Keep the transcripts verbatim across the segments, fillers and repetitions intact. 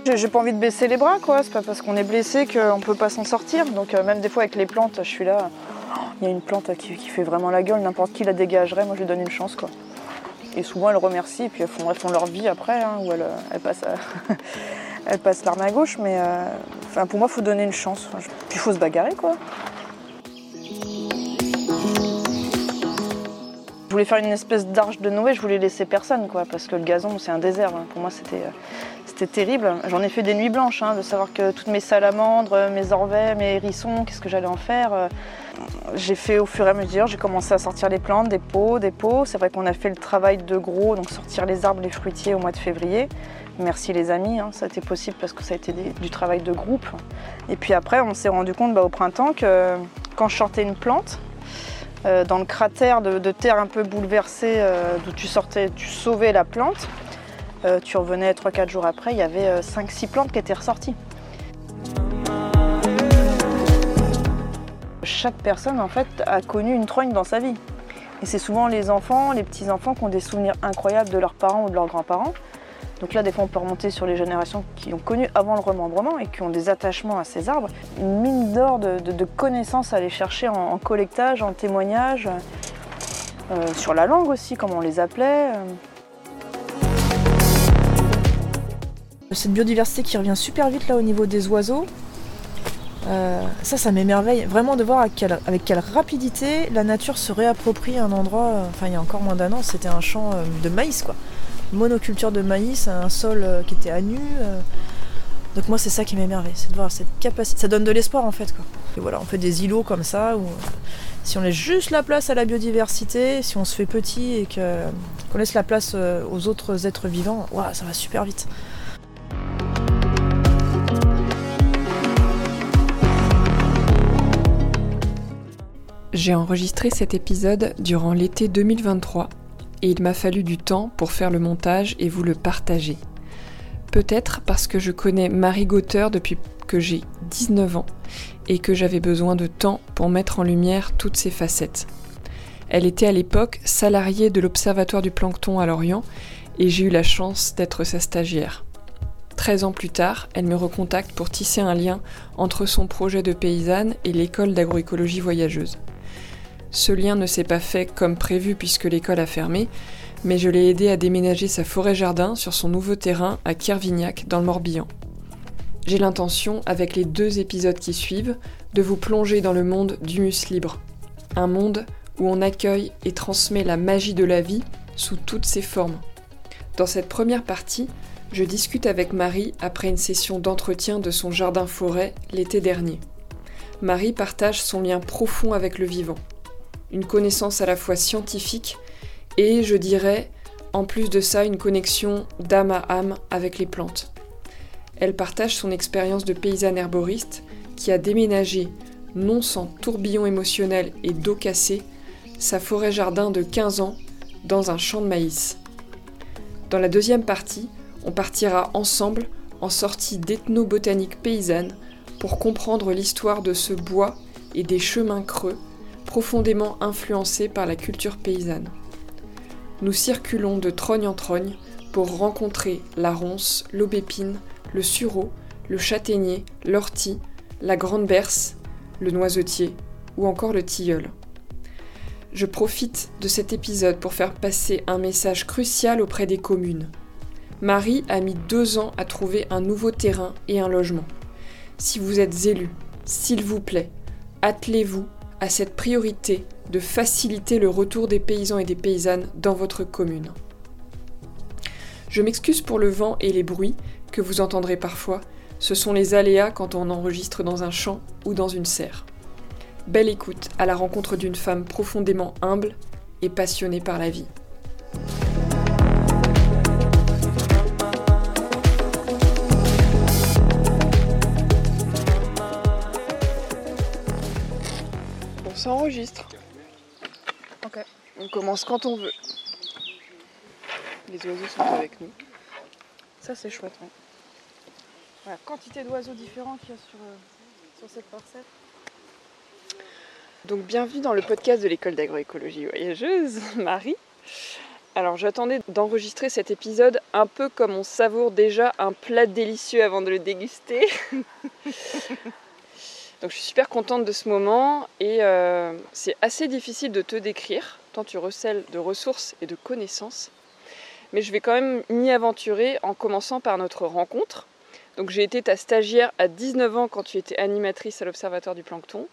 J'ai pas envie de baisser les bras, quoi. C'est pas parce qu'on est blessé qu'on peut pas s'en sortir. Donc euh, même des fois avec les plantes, je suis là, il y a une plante qui, qui fait vraiment la gueule, n'importe qui la dégagerait, moi je lui donne une chance, quoi. Et souvent elles remercient et puis elles font, elles font leur vie après, hein, où elles, elles passent, à... elles passent l'arme à gauche, mais euh... enfin, pour moi il faut donner une chance. Puis il faut se bagarrer, quoi. Je voulais faire une espèce d'arche de Noé, je voulais laisser personne, quoi, parce que le gazon c'est un désert. Hein. Pour moi c'était, c'était terrible. J'en ai fait des nuits blanches, hein, de savoir que toutes mes salamandres, mes orvets, mes hérissons, qu'est-ce que j'allais en faire. J'ai fait au fur et à mesure, j'ai commencé à sortir les plantes, des pots, des pots. C'est vrai qu'on a fait le travail de gros, donc sortir les arbres, les fruitiers au mois de février. Merci les amis, hein, ça a été possible parce que ça a été des, du travail de groupe. Et puis après on s'est rendu compte bah, au printemps que quand je sortais une plante, Euh, dans le cratère de, de terre un peu bouleversé euh, d'où tu sortais, tu sauvais la plante, euh, tu revenais trois quatre jours après, il y avait euh, cinq six plantes qui étaient ressorties. Chaque personne en fait a connu une trogne dans sa vie. Et c'est souvent les enfants, les petits-enfants qui ont des souvenirs incroyables de leurs parents ou de leurs grands-parents. Donc là, des fois, on peut remonter sur les générations qui ont connu avant le remembrement et qui ont des attachements à ces arbres. Une mine d'or de, de, de connaissances à aller chercher en, en collectage, en témoignage, euh, sur la langue aussi, comme on les appelait. Cette biodiversité qui revient super vite là au niveau des oiseaux, euh, ça, ça m'émerveille vraiment de voir avec quelle, avec quelle rapidité la nature se réapproprie un endroit. Euh, enfin, il y a encore moins d'un an, c'était un champ euh, de maïs, quoi. Monoculture de maïs, un sol euh, qui était à nu. Euh. Donc moi c'est ça qui m'émerveille, c'est de voir cette capacité. Ça donne de l'espoir en fait, quoi. Et voilà, on fait des îlots comme ça où euh, si on laisse juste la place à la biodiversité, si on se fait petit et que, qu'on laisse la place euh, aux autres êtres vivants, wow, ça va super vite. J'ai enregistré cet épisode durant l'été deux mille vingt-trois. Et il m'a fallu du temps pour faire le montage et vous le partager. Peut-être parce que je connais Marie Gauteur depuis que j'ai dix-neuf ans et que j'avais besoin de temps pour mettre en lumière toutes ses facettes. Elle était à l'époque salariée de l'Observatoire du plancton à Lorient et j'ai eu la chance d'être sa stagiaire. Treize ans plus tard, elle me recontacte pour tisser un lien entre son projet de paysanne et l'école d'agroécologie voyageuse. Ce lien ne s'est pas fait comme prévu puisque l'école a fermé, mais je l'ai aidé à déménager sa forêt-jardin sur son nouveau terrain à Kervignac dans le Morbihan. J'ai l'intention, avec les deux épisodes qui suivent, de vous plonger dans le monde d'Humus Libre. Un monde où on accueille et transmet la magie de la vie sous toutes ses formes. Dans cette première partie, je discute avec Marie après une session d'entretien de son jardin-forêt l'été dernier. Marie partage son lien profond avec le vivant. Une connaissance à la fois scientifique et, je dirais, en plus de ça, une connexion d'âme à âme avec les plantes. Elle partage son expérience de paysanne herboriste qui a déménagé, non sans tourbillon émotionnel et dos cassé, sa forêt-jardin de quinze ans dans un champ de maïs. Dans la deuxième partie, on partira ensemble en sortie d'ethnobotanique paysanne pour comprendre l'histoire de ce bois et des chemins creux profondément influencés par la culture paysanne. Nous circulons de trogne en trogne pour rencontrer la ronce, l'aubépine, le sureau, le châtaignier, l'ortie, la grande berce, le noisetier ou encore le tilleul. Je profite de cet épisode pour faire passer un message crucial auprès des communes. Marie a mis deux ans à trouver un nouveau terrain et un logement. Si vous êtes élu, s'il vous plaît, attelez-vous à cette priorité de faciliter le retour des paysans et des paysannes dans votre commune. Je m'excuse pour le vent et les bruits que vous entendrez parfois, ce sont les aléas quand on enregistre dans un champ ou dans une serre. Belle écoute à la rencontre d'une femme profondément humble et passionnée par la vie. Ça enregistre. Ok. On commence quand on veut. Les oiseaux sont avec nous. Ça c'est chouette. Hein. Voilà, quantité d'oiseaux différents qu'il y a sur, euh, sur cette parcelle. Donc bienvenue dans le podcast de l'école d'agroécologie voyageuse, Marie. Alors j'attendais d'enregistrer cet épisode un peu comme on savoure déjà un plat délicieux avant de le déguster. Donc je suis super contente de ce moment et euh, c'est assez difficile de te décrire, tant tu recèles de ressources et de connaissances. Mais je vais quand même m'y aventurer en commençant par notre rencontre. Donc j'ai été ta stagiaire à dix-neuf ans quand tu étais animatrice à l'Observatoire du Plancton.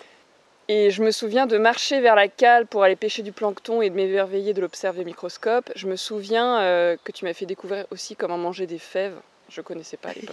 Et je me souviens de marcher vers la cale pour aller pêcher du plancton et de m'émerveiller de l'observer au microscope. Je me souviens euh, que tu m'as fait découvrir aussi comment manger des fèves. Je ne connaissais pas à l'époque.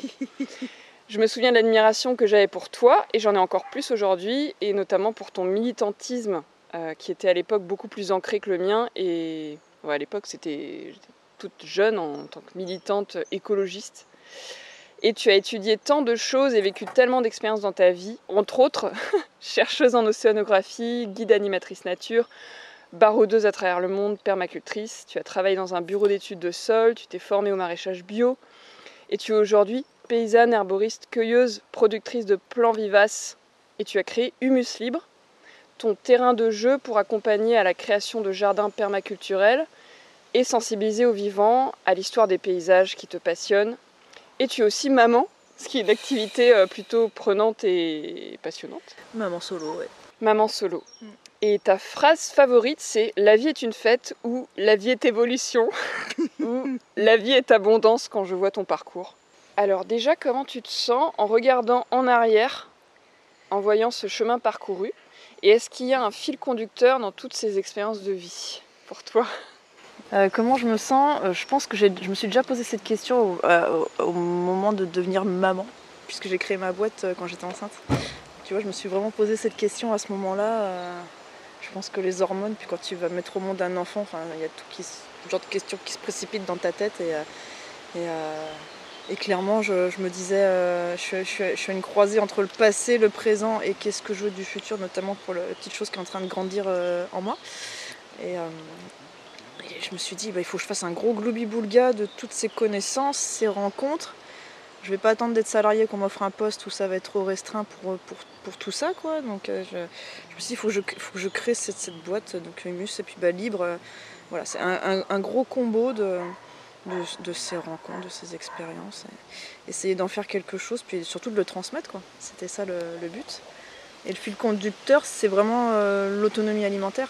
Je me souviens de l'admiration que j'avais pour toi, et j'en ai encore plus aujourd'hui, et notamment pour ton militantisme, euh, qui était à l'époque beaucoup plus ancré que le mien. Et ouais, à l'époque, c'était j'étais toute jeune en tant que militante écologiste. Et tu as étudié tant de choses et vécu tellement d'expériences dans ta vie, entre autres chercheuse en océanographie, guide animatrice nature, baroudeuse à travers le monde, permacultrice. Tu as travaillé dans un bureau d'études de sol, tu t'es formée au maraîchage bio et tu es aujourd'hui paysanne, herboriste, cueilleuse, productrice de plants vivaces. Et tu as créé Humus Libre, ton terrain de jeu pour accompagner à la création de jardins permaculturels et sensibiliser aux vivants, à l'histoire des paysages qui te passionnent. Et tu es aussi maman, ce qui est une activité plutôt prenante et passionnante. Maman solo, ouais. Maman solo. Mm. Et ta phrase favorite, c'est « La vie est une fête » ou « La vie est évolution » ou « La vie est abondance » quand je vois ton parcours. Alors déjà, comment tu te sens en regardant en arrière, en voyant ce chemin parcouru? Et est-ce qu'il y a un fil conducteur dans toutes ces expériences de vie pour toi? Euh, comment je me sens? euh, Je pense que j'ai, je me suis déjà posé cette question au, euh, au, au moment de devenir maman, puisque j'ai créé ma boîte euh, quand j'étais enceinte. Tu vois, je me suis vraiment posé cette question à ce moment-là. Euh, je pense que les hormones, puis quand tu vas mettre au monde un enfant, enfin, il y a tout, qui, tout genre de questions qui se précipitent dans ta tête. Et, euh, et, euh, et clairement, je, je me disais, euh, je, suis, je, suis, je suis à une croisée entre le passé, le présent et qu'est-ce que je veux du futur, notamment pour la petite chose qui est en train de grandir euh, en moi. Et... Euh, Et je me suis dit, bah, il faut que je fasse un gros gloubi-boulga de toutes ces connaissances, ces rencontres. Je vais pas attendre d'être salarié, qu'on m'offre un poste où ça va être trop restreint pour, pour, pour tout ça, quoi. Donc euh, je, je me suis dit, il faut que je, faut que je crée cette, cette boîte, donc Humus, et puis bah, Libre. Euh, voilà, c'est un, un, un gros combo de, de, de ces rencontres, de ces expériences. Et essayer d'en faire quelque chose, puis surtout de le transmettre, quoi. C'était ça le, le but. Et le fil conducteur, c'est vraiment euh, l'autonomie alimentaire.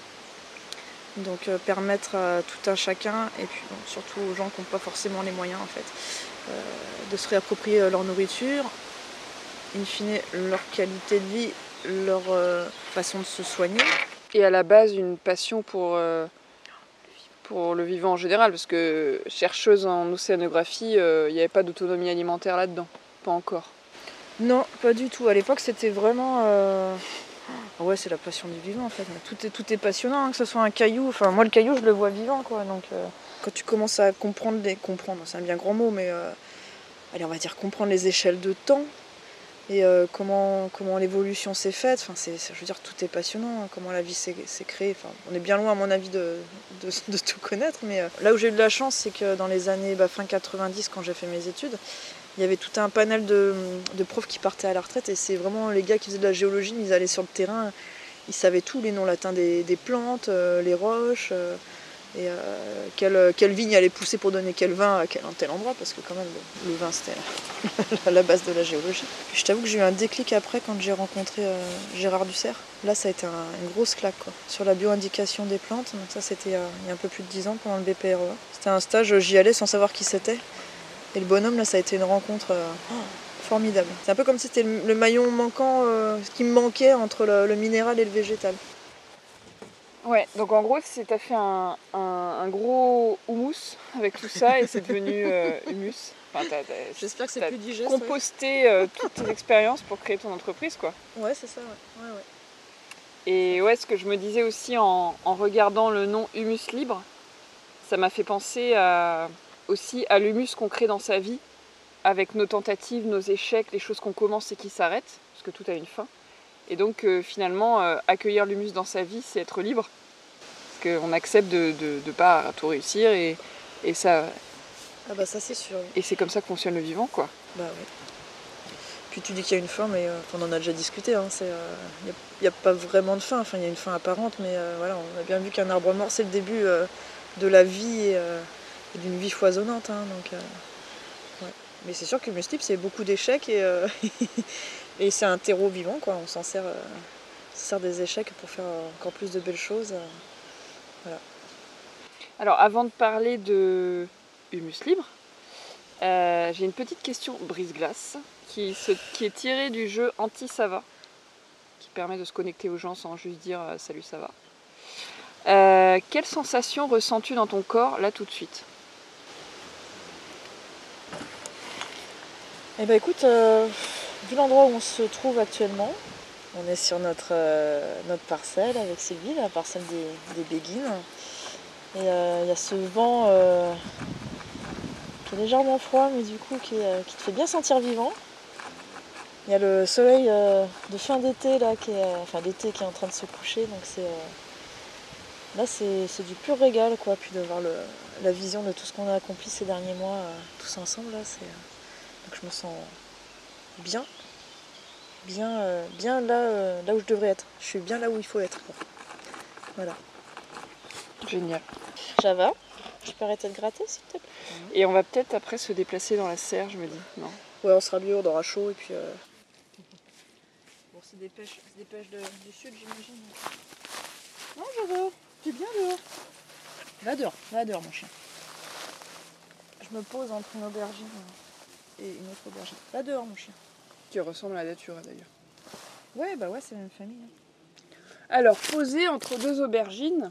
Donc euh, permettre à tout un chacun, et puis bon, surtout aux gens qui n'ont pas forcément les moyens en fait, euh, de se réapproprier leur nourriture, in fine leur qualité de vie, leur euh, façon de se soigner. Et à la base une passion pour, euh, pour le vivant en général, parce que chercheuse en océanographie, il euh, n'y avait pas d'autonomie alimentaire là-dedans, pas encore. Non, pas du tout. À l'époque c'était vraiment... Euh... Ouais, c'est la passion du vivant en fait. Tout est, tout est passionnant, hein, que ce soit un caillou. Enfin, moi, le caillou, je le vois vivant, quoi. Donc, euh, quand tu commences à comprendre les, comprendre, c'est un bien grand mot, mais euh, allez, on va dire comprendre les échelles de temps et euh, comment, comment l'évolution s'est faite. Enfin, c'est, je veux dire, tout est passionnant. Hein, comment la vie s'est, s'est créée. Enfin, on est bien loin, à mon avis, de, de, de tout connaître. Mais euh, là où j'ai eu de la chance, c'est que dans les années bah, fin quatre-vingt-dix, quand j'ai fait mes études, il y avait tout un panel de, de profs qui partaient à la retraite et c'est vraiment les gars qui faisaient de la géologie, ils allaient sur le terrain, ils savaient tout, les noms latins des, des plantes, euh, les roches, euh, et euh, quelle, quelle vigne allait pousser pour donner quel vin à quel tel endroit, parce que quand même le, le vin c'était la base de la géologie. Puis je t'avoue que j'ai eu un déclic après quand j'ai rencontré euh, Gérard Dussert. Là ça a été un, une grosse claque quoi, sur la bioindication des plantes, donc ça c'était euh, il y a un peu plus de dix ans pendant le B P R E A. C'était un stage, j'y allais sans savoir qui c'était. Et le bonhomme, là, ça a été une rencontre euh, oh, formidable. C'est un peu comme si c'était le, le maillon manquant, euh, ce qui me manquait entre le, le minéral et le végétal. Ouais, donc en gros, tu as fait un, un, un gros houmous avec tout ça et c'est devenu euh, humus. Enfin, t'as, t'as, J'espère que c'est plus digeste. Composté ouais. euh, toutes tes expériences pour créer ton entreprise, quoi. Ouais, c'est ça, ouais. ouais, ouais. Et ouais, ce que je me disais aussi en, en regardant le nom Humus Libre, ça m'a fait penser à... aussi à l'humus qu'on crée dans sa vie, avec nos tentatives, nos échecs, les choses qu'on commence et qui s'arrêtent, parce que tout a une fin. Et donc euh, finalement, euh, accueillir l'humus dans sa vie, c'est être libre. Parce qu'on accepte de ne pas tout réussir et, et ça... Ah bah ça c'est sûr. Oui. Et c'est comme ça que fonctionne le vivant, quoi. Bah oui. Puis tu dis qu'il y a une fin, mais euh, on en a déjà discuté, hein, il n'y euh, a, a pas vraiment de fin, enfin il y a une fin apparente, mais euh, voilà, on a bien vu qu'un arbre mort c'est le début... Euh, de la vie et, euh, et d'une vie foisonnante. Hein, donc, euh, ouais. Mais c'est sûr que Humus Libre, c'est beaucoup d'échecs et, euh, et c'est un terreau vivant, quoi. On s'en sert, euh, on sert des échecs pour faire encore plus de belles choses. Euh, voilà. Alors, avant de parler de Humus Libre, euh, j'ai une petite question brise-glace qui, se, qui est tirée du jeu Anti-Ça-Va, qui permet de se connecter aux gens sans juste dire euh, « Salut, ça va ». Euh, quelle sensation ressens-tu dans ton corps, là, tout de suite? Eh ben écoute, euh, vu l'endroit où on se trouve actuellement, on est sur notre, euh, notre parcelle avec Sylvie, la parcelle des, des Béguines. Et il euh, y a ce vent euh, qui est légèrement froid, mais du coup qui, euh, qui te fait bien sentir vivant. Il y a le soleil euh, de fin d'été là, qui est, euh, enfin l'été qui est en train de se coucher, donc c'est euh, là c'est, c'est du pur régal, quoi. Puis de voir le, la vision de tout ce qu'on a accompli ces derniers mois euh, tous ensemble là, c'est euh, donc je me sens bien, bien, euh, bien là, euh, là où je devrais être. Je suis bien là où il faut être, quoi. Voilà. Génial. Java, je peux arrêter de gratter, s'il te plaît? Et on va peut-être après se déplacer dans la serre, je me dis. Non. Ouais, on sera mieux, on aura chaud et puis. Euh... Bon, c'est des pêches, c'est des pêches de, du sud, j'imagine. Non, Java, tu es bien dehors. Va dehors, va dehors, mon chien. Je me pose entre une aubergine et une autre aubergine. Va dehors, mon chien. Qui ressemble à la nature, d'ailleurs. Ouais, bah ouais, c'est la même famille. Hein. Alors, posé entre deux aubergines,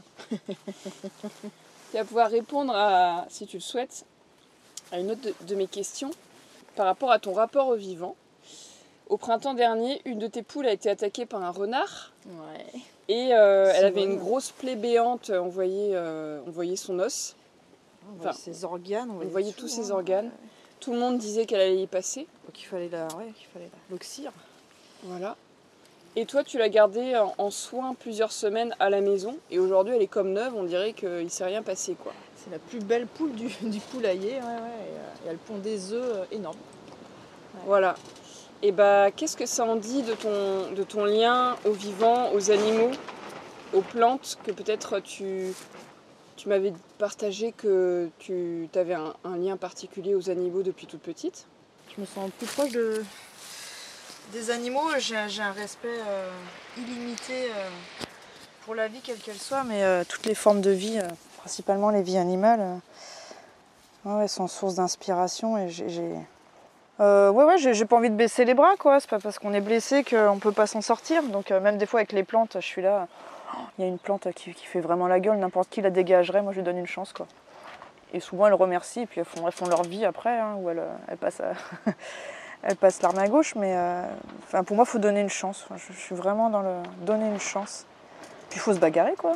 tu vas pouvoir répondre, à, si tu le souhaites, à une autre de, de mes questions par rapport à ton rapport au vivant. Au printemps dernier, une de tes poules a été attaquée par un renard. Ouais. Et euh, elle C'est avait bon. Une grosse plaie béante, on voyait, euh, on voyait son os. On voyait enfin, ses organes. On voyait, on voyait tout, tous hein, ses organes. Ouais. Tout le monde disait qu'elle allait y passer. Donc il fallait la, ouais, qu'il fallait la, l'oxyre. Voilà. Et toi, tu l'as gardée en, en soins plusieurs semaines à la maison. Et aujourd'hui, elle est comme neuve. On dirait qu'il ne s'est rien passé, quoi. C'est la plus belle poule du, du poulailler. Ouais, ouais, et, et elle pond des œufs énormes. Ouais. Voilà. Et bah, qu'est-ce que ça en dit de ton, de ton lien aux vivants, aux animaux, aux plantes, que peut-être tu, tu m'avais partagé que tu avais un, un lien particulier aux animaux depuis toute petite? Je me sens plus proche de... des animaux. J'ai, j'ai un respect euh, illimité euh, pour la vie, quelle qu'elle soit, mais euh, toutes les formes de vie, euh, principalement les vies animales, euh, ouais, sont source d'inspiration. Et j'ai, j'ai... Euh, ouais, ouais, j'ai, j'ai pas envie de baisser les bras, quoi. C'est pas parce qu'on est blessé qu'on peut pas s'en sortir. Donc, euh, même des fois avec les plantes, je suis là. Il y a une plante qui, qui fait vraiment la gueule, n'importe qui la dégagerait, moi je lui donne une chance, quoi. Et souvent elles remercient et puis elles font, elles font leur vie après, hein, où elles, elles passent à... elles passent l'arme à gauche, mais euh, enfin, pour moi il faut donner une chance. Je, je suis vraiment dans le donner une chance. Puis il faut se bagarrer, quoi.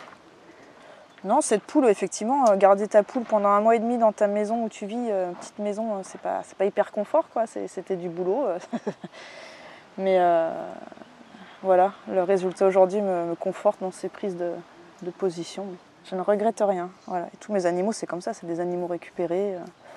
Non, cette poule, effectivement, garder ta poule pendant un mois et demi dans ta maison où tu vis, euh, petite maison, c'est pas, c'est pas hyper confort, quoi. C'est, c'était du boulot. mais euh, voilà, le résultat aujourd'hui me, me conforte dans ces prises de, de position. Je ne regrette rien. Voilà. Et tous mes animaux, c'est comme ça, c'est des animaux récupérés.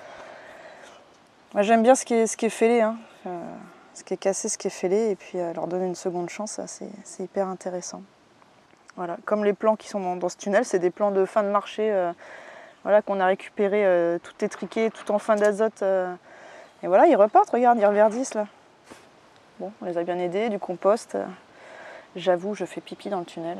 Moi, j'aime bien ce qui est, ce qui est fêlé, hein. euh, ce qui est cassé, ce qui est fêlé, et puis euh, leur donner une seconde chance, c'est, c'est hyper intéressant. Voilà. Comme les plants qui sont dans, dans ce tunnel, c'est des plants de fin de marché euh, voilà, qu'on a récupérés, euh, tout étriqué, tout en fin d'azote. Euh, et voilà, ils repartent, regarde, ils reverdissent là. Bon, on les a bien aidés, du compost. Euh, j'avoue, je fais pipi dans le tunnel.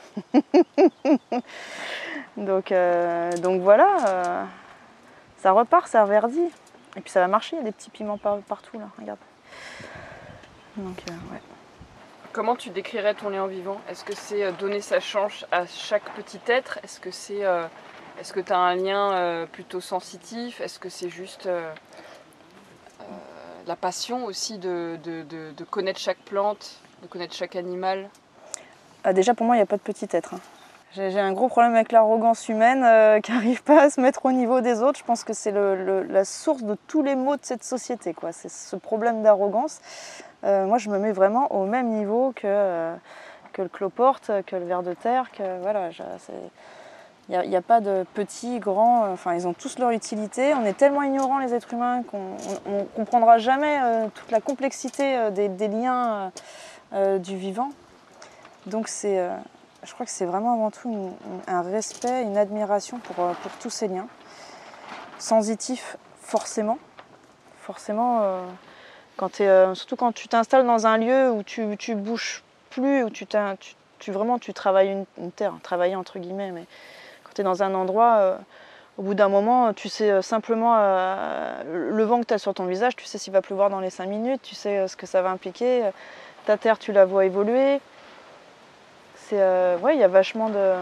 donc, euh, donc voilà, euh, ça repart, ça reverdit. Et puis ça va marcher, il y a des petits piments par, partout là, regarde. Donc, euh, ouais. Comment tu décrirais ton lien vivant? Est-ce que c'est donner sa chance à chaque petit être? Est-ce que c'est, euh, est-ce que tu as un lien euh, plutôt sensitif? Est-ce que c'est juste euh, euh, la passion aussi de, de, de, de connaître chaque plante, de connaître chaque animal? Ah, déjà pour moi il n'y a pas de petit être. Hein. J'ai, j'ai un gros problème avec l'arrogance humaine euh, qui n'arrive pas à se mettre au niveau des autres. Je pense que c'est le, le, la source de tous les maux de cette société, quoi. C'est ce problème d'arrogance. Euh, moi, je me mets vraiment au même niveau que, euh, que le cloporte, que le ver de terre. Que, voilà, il n'y a, a pas de petits, grands. Euh, enfin, ils ont tous leur utilité. On est tellement ignorants, les êtres humains, qu'on ne comprendra jamais euh, toute la complexité euh, des, des liens euh, euh, du vivant. Donc, c'est, euh, je crois que c'est vraiment avant tout une, un respect, une admiration pour, pour tous ces liens. Sensitif, forcément. Forcément, euh, quand t'es, euh, surtout quand tu t'installes dans un lieu où tu, tu bouges plus, où tu, tu, tu vraiment tu travailles une, une terre, travailler entre guillemets, mais quand tu es dans un endroit, euh, au bout d'un moment, tu sais simplement euh, le vent que tu as sur ton visage, tu sais s'il va pleuvoir dans les cinq minutes, tu sais ce que ça va impliquer. Ta terre, tu la vois évoluer. C'est, euh, ouais, il y a vachement de...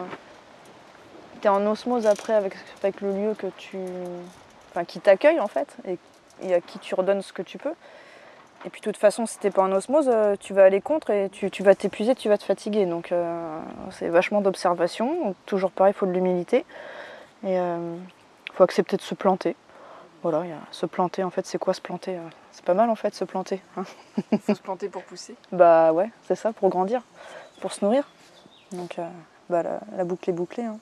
Tu es en osmose après avec, avec le lieu que tu... enfin, qui t'accueille en fait, et, et à qui tu redonnes ce que tu peux. Et puis de toute façon, si t'es pas en osmose, tu vas aller contre et tu, tu vas t'épuiser, tu vas te fatiguer. Donc euh, c'est vachement d'observation. Toujours pareil, il faut de l'humilité. Et il euh, faut accepter de se planter. Voilà, y a, se planter, en fait, c'est quoi se planter? C'est pas mal en fait, se planter. Hein. Il faut se planter pour pousser. Bah ouais, c'est ça, pour grandir, pour se nourrir. Donc euh, bah, la, la boucle est bouclée. Hein.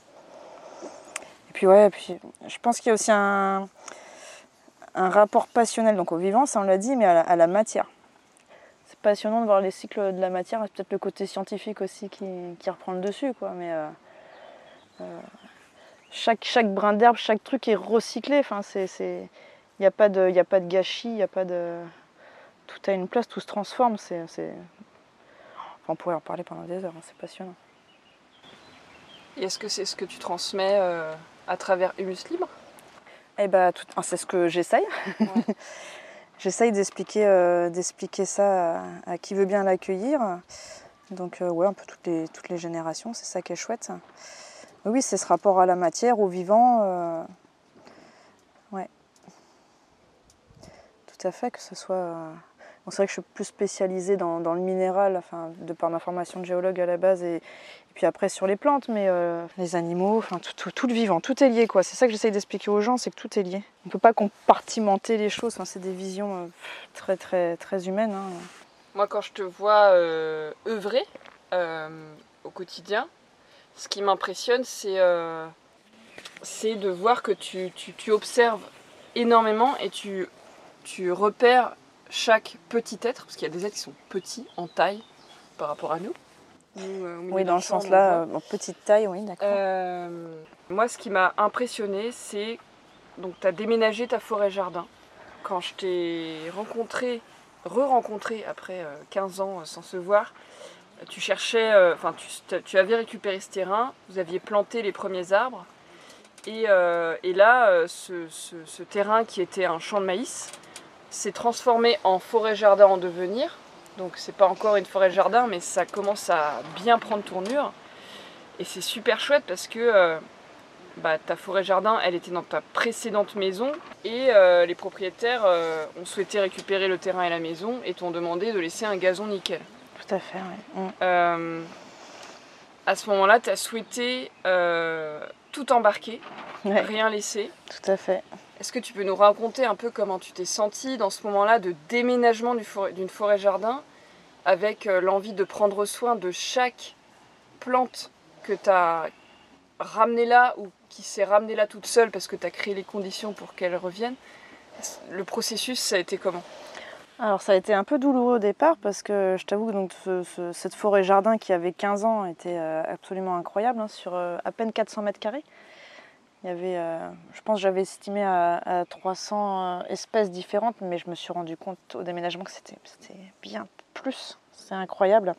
Et puis ouais, et puis, je pense qu'il y a aussi un... un rapport passionnel donc au vivant, ça on l'a dit, mais à la, à la matière. C'est passionnant de voir les cycles de la matière, et peut-être le côté scientifique aussi qui, qui reprend le dessus, quoi. Mais euh, euh, chaque, chaque brin d'herbe, chaque truc est recyclé. Enfin, c'est, c'est, il n'y a pas de, il n'y a pas de gâchis, il n'y a pas de, tout a une place, tout se transforme. C'est, c'est... Enfin, on pourrait en parler pendant des heures, hein, c'est passionnant. Et est-ce que c'est ce que tu transmets euh, à travers Humus Libre? Eh ben, tout... enfin, c'est ce que j'essaye. Ouais. J'essaye d'expliquer, euh, d'expliquer ça à, à qui veut bien l'accueillir. Donc euh, ouais, un peu toutes les, toutes les générations, c'est ça qui est chouette. Oui, c'est ce rapport à la matière, au vivant. Euh... Ouais. Tout à fait, que ce soit... Euh... Bon, c'est vrai que je suis plus spécialisée dans, dans le minéral, enfin, de par ma formation de géologue à la base, et, et puis après sur les plantes, mais euh, les animaux, enfin, tout, tout, tout le vivant, tout est lié, quoi. C'est ça que j'essaye d'expliquer aux gens, c'est que tout est lié. On ne peut pas compartimenter les choses, enfin, c'est des visions euh, très, très, très humaines. Hein. Moi, quand je te vois euh, œuvrer euh, au quotidien, ce qui m'impressionne, c'est, euh, c'est de voir que tu, tu, tu observes énormément et tu, tu repères chaque petit être, parce qu'il y a des êtres qui sont petits en taille par rapport à nous. nous euh, oui, dans le sens là, en petite taille, oui, d'accord. Euh, moi, ce qui m'a impressionné, c'est donc tu as déménagé ta forêt-jardin. Quand je t'ai rencontré, re-rencontré après euh, quinze ans euh, sans se voir, tu cherchais, enfin, euh, tu, tu avais récupéré ce terrain, vous aviez planté les premiers arbres, et, euh, et là, euh, ce, ce, ce terrain qui était un champ de maïs s'est transformé en forêt-jardin en devenir. Donc c'est pas encore une forêt-jardin, mais ça commence à bien prendre tournure. Et c'est super chouette parce que euh, bah, ta forêt-jardin, elle était dans ta précédente maison, et euh, les propriétaires euh, ont souhaité récupérer le terrain et la maison et t'ont demandé de laisser un gazon nickel. Tout à fait, oui. Mmh. Euh, à ce moment-là, tu as souhaité euh, tout embarquer, ouais. Rien laisser. Tout à fait. Est-ce que tu peux nous raconter un peu comment tu t'es sentie dans ce moment-là de déménagement du forêt, d'une forêt-jardin, avec euh, l'envie de prendre soin de chaque plante que tu as ramenée là ou qui s'est ramenée là toute seule parce que tu as créé les conditions pour qu'elle revienne? Le processus, ça a été comment? Alors ça a été un peu douloureux au départ parce que je t'avoue que donc, ce, ce, cette forêt-jardin qui avait quinze ans était euh, absolument incroyable, hein, sur euh, à peine quatre cents mètres carrés. Il y avait, euh, je pense que j'avais estimé à, à trois cents euh, espèces différentes, mais je me suis rendu compte au déménagement que c'était, c'était bien plus. C'est incroyable.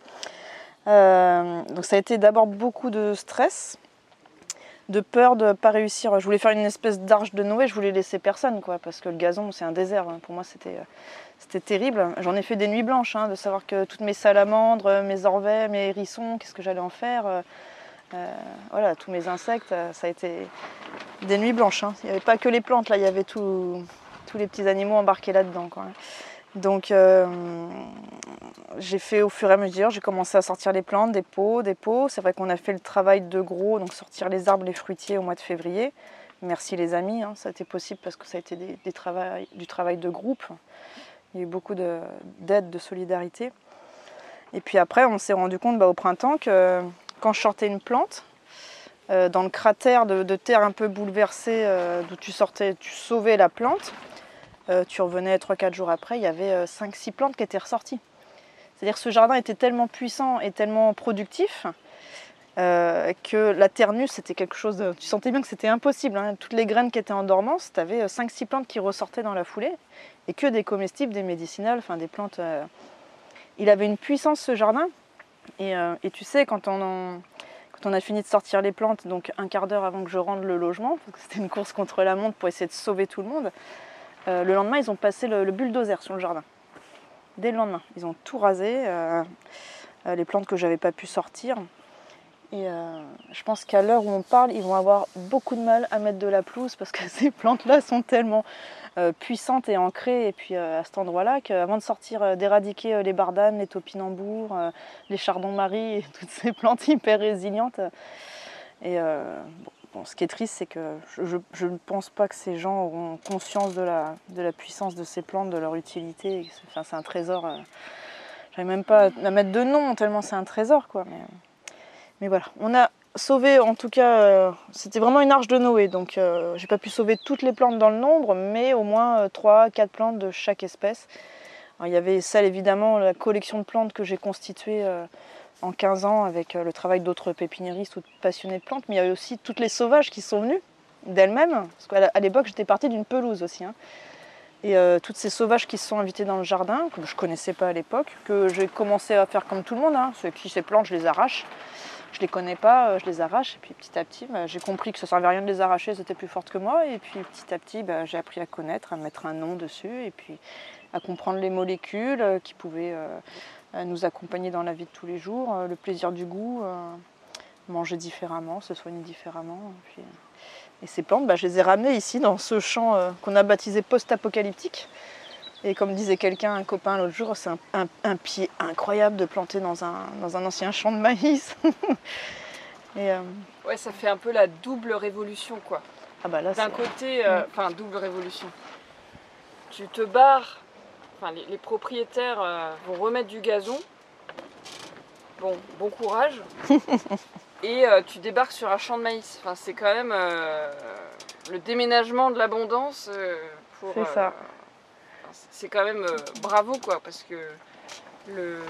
Euh, donc ça a été d'abord beaucoup de stress, de peur de ne pas réussir. Je voulais faire une espèce d'arche de Noé, je voulais laisser personne, quoi, parce que le gazon, c'est un désert. Pour moi, c'était, c'était terrible. J'en ai fait des nuits blanches, hein, de savoir que toutes mes salamandres, mes orvets, mes hérissons, qu'est-ce que j'allais en faire. Euh, voilà, tous mes insectes, ça a été des nuits blanches. Hein. Il n'y avait pas que les plantes, là, il y avait tout, tous les petits animaux embarqués là-dedans, quoi. Donc, euh, j'ai fait au fur et à mesure, j'ai commencé à sortir les plantes, des pots, des pots. C'est vrai qu'on a fait le travail de gros, donc sortir les arbres, les fruitiers au mois de février. Merci les amis, hein, ça a été possible parce que ça a été des, des travail, du travail de groupe. Il y a eu beaucoup de, d'aide, de solidarité. Et puis après, on s'est rendu compte bah, au printemps que quand je sortais une plante, euh, dans le cratère de, de terre un peu bouleversé euh, d'où tu sortais, tu sauvais la plante, euh, tu revenais trois quatre jours après, il y avait euh, cinq six plantes qui étaient ressorties. C'est-à-dire que ce jardin était tellement puissant et tellement productif Euh, que la terre nue, c'était quelque chose de... Tu sentais bien que c'était impossible. Hein. Toutes les graines qui étaient en dormance, tu avais cinq six plantes qui ressortaient dans la foulée. Et que des comestibles, des médicinales, enfin des plantes... Euh... Il avait une puissance, ce jardin. Et, euh, et tu sais, quand on, en... quand on a fini de sortir les plantes, donc un quart d'heure avant que je rende le logement, parce que c'était une course contre la montre pour essayer de sauver tout le monde, euh, le lendemain, ils ont passé le, le bulldozer sur le jardin. Dès le lendemain. Ils ont tout rasé, euh, euh, les plantes que j'avais pas pu sortir. Et euh, je pense qu'à l'heure où on parle, ils vont avoir beaucoup de mal à mettre de la pelouse parce que ces plantes-là sont tellement euh, puissantes et ancrées et puis euh, à cet endroit-là qu'avant de sortir, euh, d'éradiquer euh, les bardanes, les topinambours, euh, les chardons-marie et toutes ces plantes hyper résilientes. Et euh, bon, bon, ce qui est triste, c'est que je, je, je ne pense pas que ces gens auront conscience de la, de la puissance de ces plantes, de leur utilité. Enfin, c'est un trésor. Euh, j'arrive même pas à mettre de nom tellement c'est un trésor, quoi. Mais, Mais voilà, on a sauvé, en tout cas, euh, c'était vraiment une arche de Noé, donc euh, j'ai pas pu sauver toutes les plantes dans le nombre, mais au moins euh, trois quatre plantes de chaque espèce. Alors, il y avait celle, évidemment, la collection de plantes que j'ai constituée euh, en quinze ans avec euh, le travail d'autres pépiniéristes ou passionnés de plantes, mais il y avait aussi toutes les sauvages qui sont venues d'elles-mêmes, parce qu'à l'époque, j'étais partie d'une pelouse aussi. Hein. Et euh, toutes ces sauvages qui se sont invités dans le jardin, que je connaissais pas à l'époque, que j'ai commencé à faire comme tout le monde, hein, ceux qui ces plantes, je les arrache. Je les connais pas, je les arrache, et puis petit à petit, bah, j'ai compris que ça servait à rien de les arracher, elles étaient plus fortes que moi, et puis petit à petit, bah, j'ai appris à connaître, à mettre un nom dessus, et puis à comprendre les molécules euh, qui pouvaient euh, nous accompagner dans la vie de tous les jours, euh, le plaisir du goût, euh, manger différemment, se soigner différemment. Et, puis, euh, et ces plantes, bah, je les ai ramenées ici, dans ce champ euh, qu'on a baptisé post-apocalyptique. Et comme disait quelqu'un, un copain l'autre jour, c'est un, un, un pied incroyable de planter dans un, dans un ancien champ de maïs. Et, euh... Ouais, ça fait un peu la double révolution, quoi. Ah bah là, d'un côté, euh, enfin, double révolution. Tu te barres, enfin, les, les propriétaires euh, vont remettre du gazon. Bon, bon courage. Et euh, tu débarques sur un champ de maïs. Enfin, c'est quand même euh, le déménagement de l'abondance euh, pour... C'est ça. Euh, c'est quand même euh, bravo, quoi, parce que le,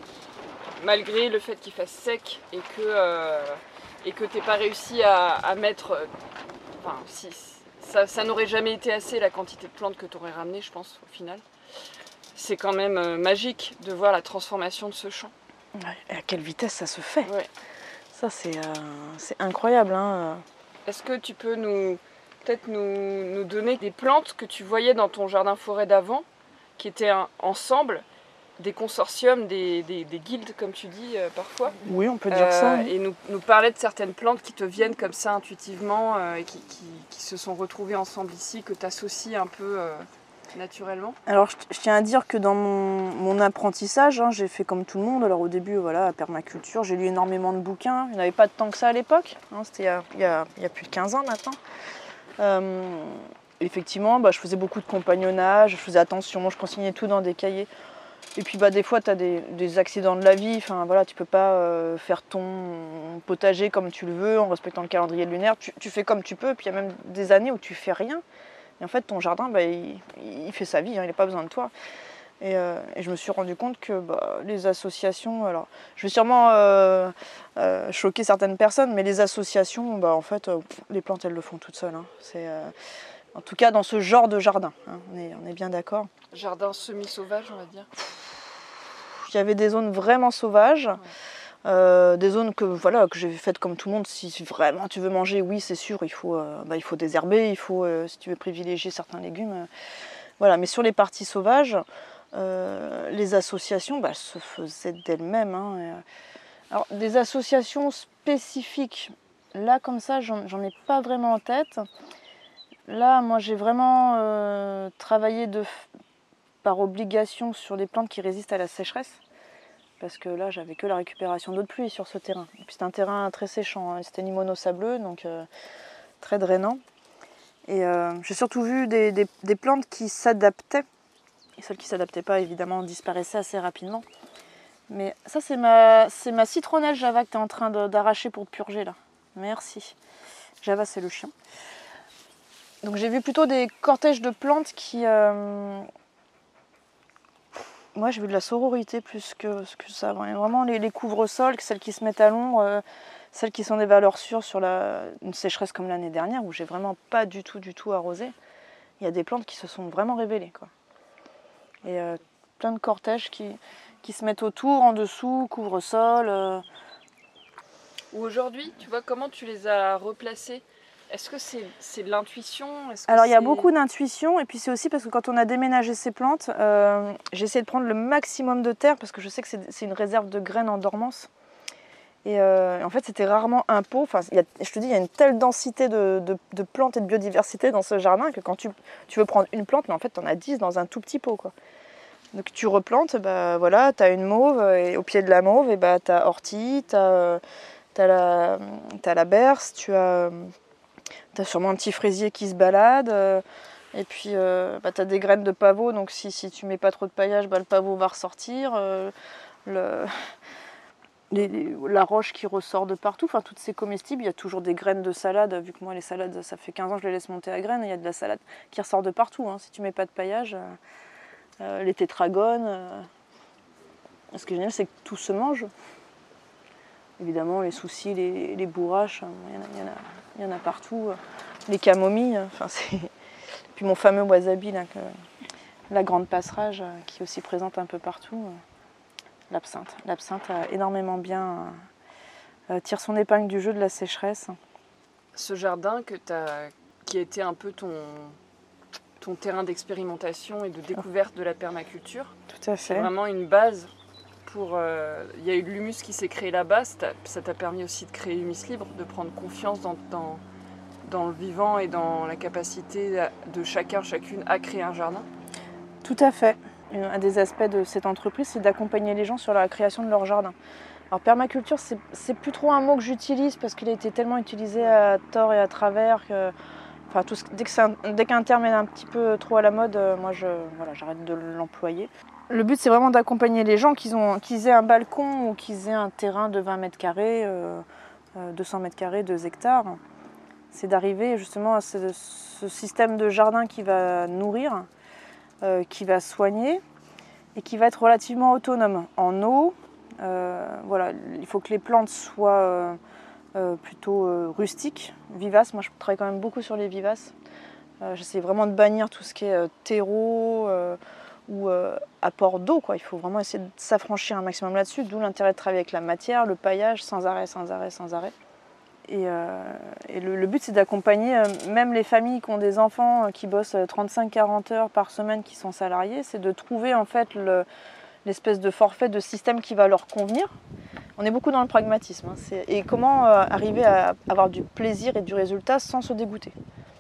malgré le fait qu'il fasse sec et que euh, et que t'aies pas réussi à, à mettre, euh, enfin, si, ça, ça n'aurait jamais été assez la quantité de plantes que tu aurais ramené, je pense, au final. C'est quand même euh, magique de voir la transformation de ce champ. Ouais, et à quelle vitesse ça se fait. Ouais. Ça, c'est euh, c'est incroyable. Hein. Est-ce que tu peux nous peut-être nous, nous donner des plantes que tu voyais dans ton jardin forêt d'avant, qui étaient un, ensemble, des consortiums, des, des, des guildes, comme tu dis euh, parfois. Oui, on peut dire euh, ça. Oui. Et nous, nous parler de certaines plantes qui te viennent comme ça intuitivement euh, et qui, qui, qui se sont retrouvées ensemble ici, que tu associes un peu euh, naturellement. Alors, je, je tiens à dire que dans mon, mon apprentissage, hein, j'ai fait comme tout le monde. Alors, au début, voilà, à permaculture, j'ai lu énormément de bouquins. Il n'y en avait pas tant que ça à l'époque. Hein, c'était il y, a, il, y a, il y a plus de quinze ans maintenant. Euh, effectivement, bah, je faisais beaucoup de compagnonnage, je faisais attention, je consignais tout dans des cahiers. Et puis bah, des fois, tu as des, des accidents de la vie. Enfin, voilà, tu ne peux pas euh, faire ton potager comme tu le veux, en respectant le calendrier lunaire. Tu, tu fais comme tu peux. Puis il y a même des années où tu fais rien. Et en fait, ton jardin, bah, il, il fait sa vie, hein, il n'a pas besoin de toi. Et, euh, et je me suis rendu compte que bah, les associations, alors je vais sûrement euh, euh, choquer certaines personnes, mais les associations, bah, en fait, euh, les plantes, elles le font toutes seules. Hein. C'est, euh, en tout cas, dans ce genre de jardin, hein, on, est, on est bien d'accord. Jardin semi-sauvage, on va dire. Il y avait des zones vraiment sauvages, ouais. euh, des zones que, voilà, que j'ai faites comme tout le monde. Si, si vraiment tu veux manger, oui, c'est sûr, il faut, euh, bah, il faut désherber, il faut, euh, si tu veux privilégier certains légumes. Euh, voilà. Mais sur les parties sauvages, Euh, les associations bah, se faisaient d'elles-mêmes. Hein, et, euh, alors, des associations spécifiques, là comme ça, j'en, j'en ai pas vraiment en tête. Là, moi, j'ai vraiment euh, travaillé de, par obligation sur des plantes qui résistent à la sécheresse. Parce que là, j'avais que la récupération d'eau de pluie sur ce terrain. Et puis, c'était un terrain très séchant. Hein, c'était limono-sableux, donc euh, très drainant. Et euh, j'ai surtout vu des, des, des plantes qui s'adaptaient. Et celles qui ne s'adaptaient pas, évidemment, disparaissaient assez rapidement. Mais ça, c'est ma, c'est ma citronnelle Java que tu es en train de, d'arracher pour te purger, là. Merci. Java, c'est le chien. Donc j'ai vu plutôt des cortèges de plantes qui, euh, Moi, j'ai vu de la sororité plus que, que ça. Vraiment, les, les couvre-sols, celles qui se mettent à l'ombre, euh, celles qui sont des valeurs sûres sur la, une sécheresse comme l'année dernière, où j'ai vraiment pas du tout, du tout arrosé. Il y a des plantes qui se sont vraiment révélées, quoi. Et euh, plein de cortèges qui, qui se mettent autour, en dessous, couvre-sol. Euh... Ou aujourd'hui, tu vois, comment tu les as replacés ? Est-ce que c'est, c'est de l'intuition ? Est-ce que Alors c'est... il y a beaucoup d'intuition, et puis c'est aussi parce que quand on a déménagé ces plantes, euh, j'ai essayé de prendre le maximum de terre, parce que je sais que c'est, c'est une réserve de graines en dormance. Et euh, en fait c'était rarement un pot. Enfin, il y a, je te dis, il y a une telle densité de, de, de plantes et de biodiversité dans ce jardin que quand tu, tu veux prendre une plante, mais en fait tu en as dix dans un tout petit pot, quoi. Donc tu replantes, bah, voilà, tu as une mauve, et au pied de la mauve, et bah, tu as ortie, tu as la, t'as la berce, tu as... Tu as sûrement un petit fraisier qui se balade, euh, et puis euh, bah, tu as des graines de pavot, donc si, si tu mets pas trop de paillage, bah, le pavot va ressortir, euh, le, les, les, la roche qui ressort de partout, enfin toutes ces comestibles, il y a toujours des graines de salade, vu que moi les salades, ça fait quinze ans que je les laisse monter à graines, il y a de la salade qui ressort de partout, hein, si tu mets pas de paillage, euh, euh, les tétragones, euh, ce qui est génial c'est que tout se mange. Évidemment les soucis, les, les bourraches, il y en a, il y en a Il y en a partout, les camomilles, enfin c'est... Puis mon fameux wasabi, là, que... la grande passerage, qui est aussi présente un peu partout. L'absinthe. L'absinthe a énormément bien euh, tire son épingle du jeu de la sécheresse. Ce jardin que t'as... qui a été un peu ton... ton terrain d'expérimentation et de découverte de la permaculture. Tout à fait. C'est vraiment une base pour... Euh... Il y a eu de l'humus qui s'est créé là-bas, ça t'a permis aussi de créer Humus Libre, de prendre confiance dans, dans, dans le vivant et dans la capacité de chacun, chacune à créer un jardin. Tout à fait. Un des aspects de cette entreprise, c'est d'accompagner les gens sur la création de leur jardin. Alors permaculture, c'est, c'est plus trop un mot que j'utilise parce qu'il a été tellement utilisé à tort et à travers que... Enfin, tout ce... dès, que c'est un... dès qu'un terme est un petit peu trop à la mode, moi je... voilà, j'arrête de l'employer. Le but, c'est vraiment d'accompagner les gens, qu'ils, ont, qu'ils aient un balcon ou qu'ils aient un terrain de vingt mètres carrés, euh, deux cents mètres carrés, deux hectares. C'est d'arriver justement à ce, ce système de jardin qui va nourrir, euh, qui va soigner et qui va être relativement autonome en eau. Euh, voilà, il faut que les plantes soient euh, euh, plutôt euh, rustiques, vivaces. Moi, je travaille quand même beaucoup sur les vivaces. Euh, j'essaie vraiment de bannir tout ce qui est euh, terreau, euh, ou euh, apport d'eau, quoi. Il faut vraiment essayer de s'affranchir un maximum là-dessus, d'où l'intérêt de travailler avec la matière, le paillage, sans arrêt, sans arrêt, sans arrêt. Et, euh, et le, le but, c'est d'accompagner euh, même les familles qui ont des enfants euh, qui bossent trente-cinq à quarante heures par semaine, qui sont salariés, c'est de trouver en fait le, l'espèce de forfait, de système qui va leur convenir. On est beaucoup dans le pragmatisme, hein, c'est, et comment euh, arriver à avoir du plaisir et du résultat sans se dégoûter.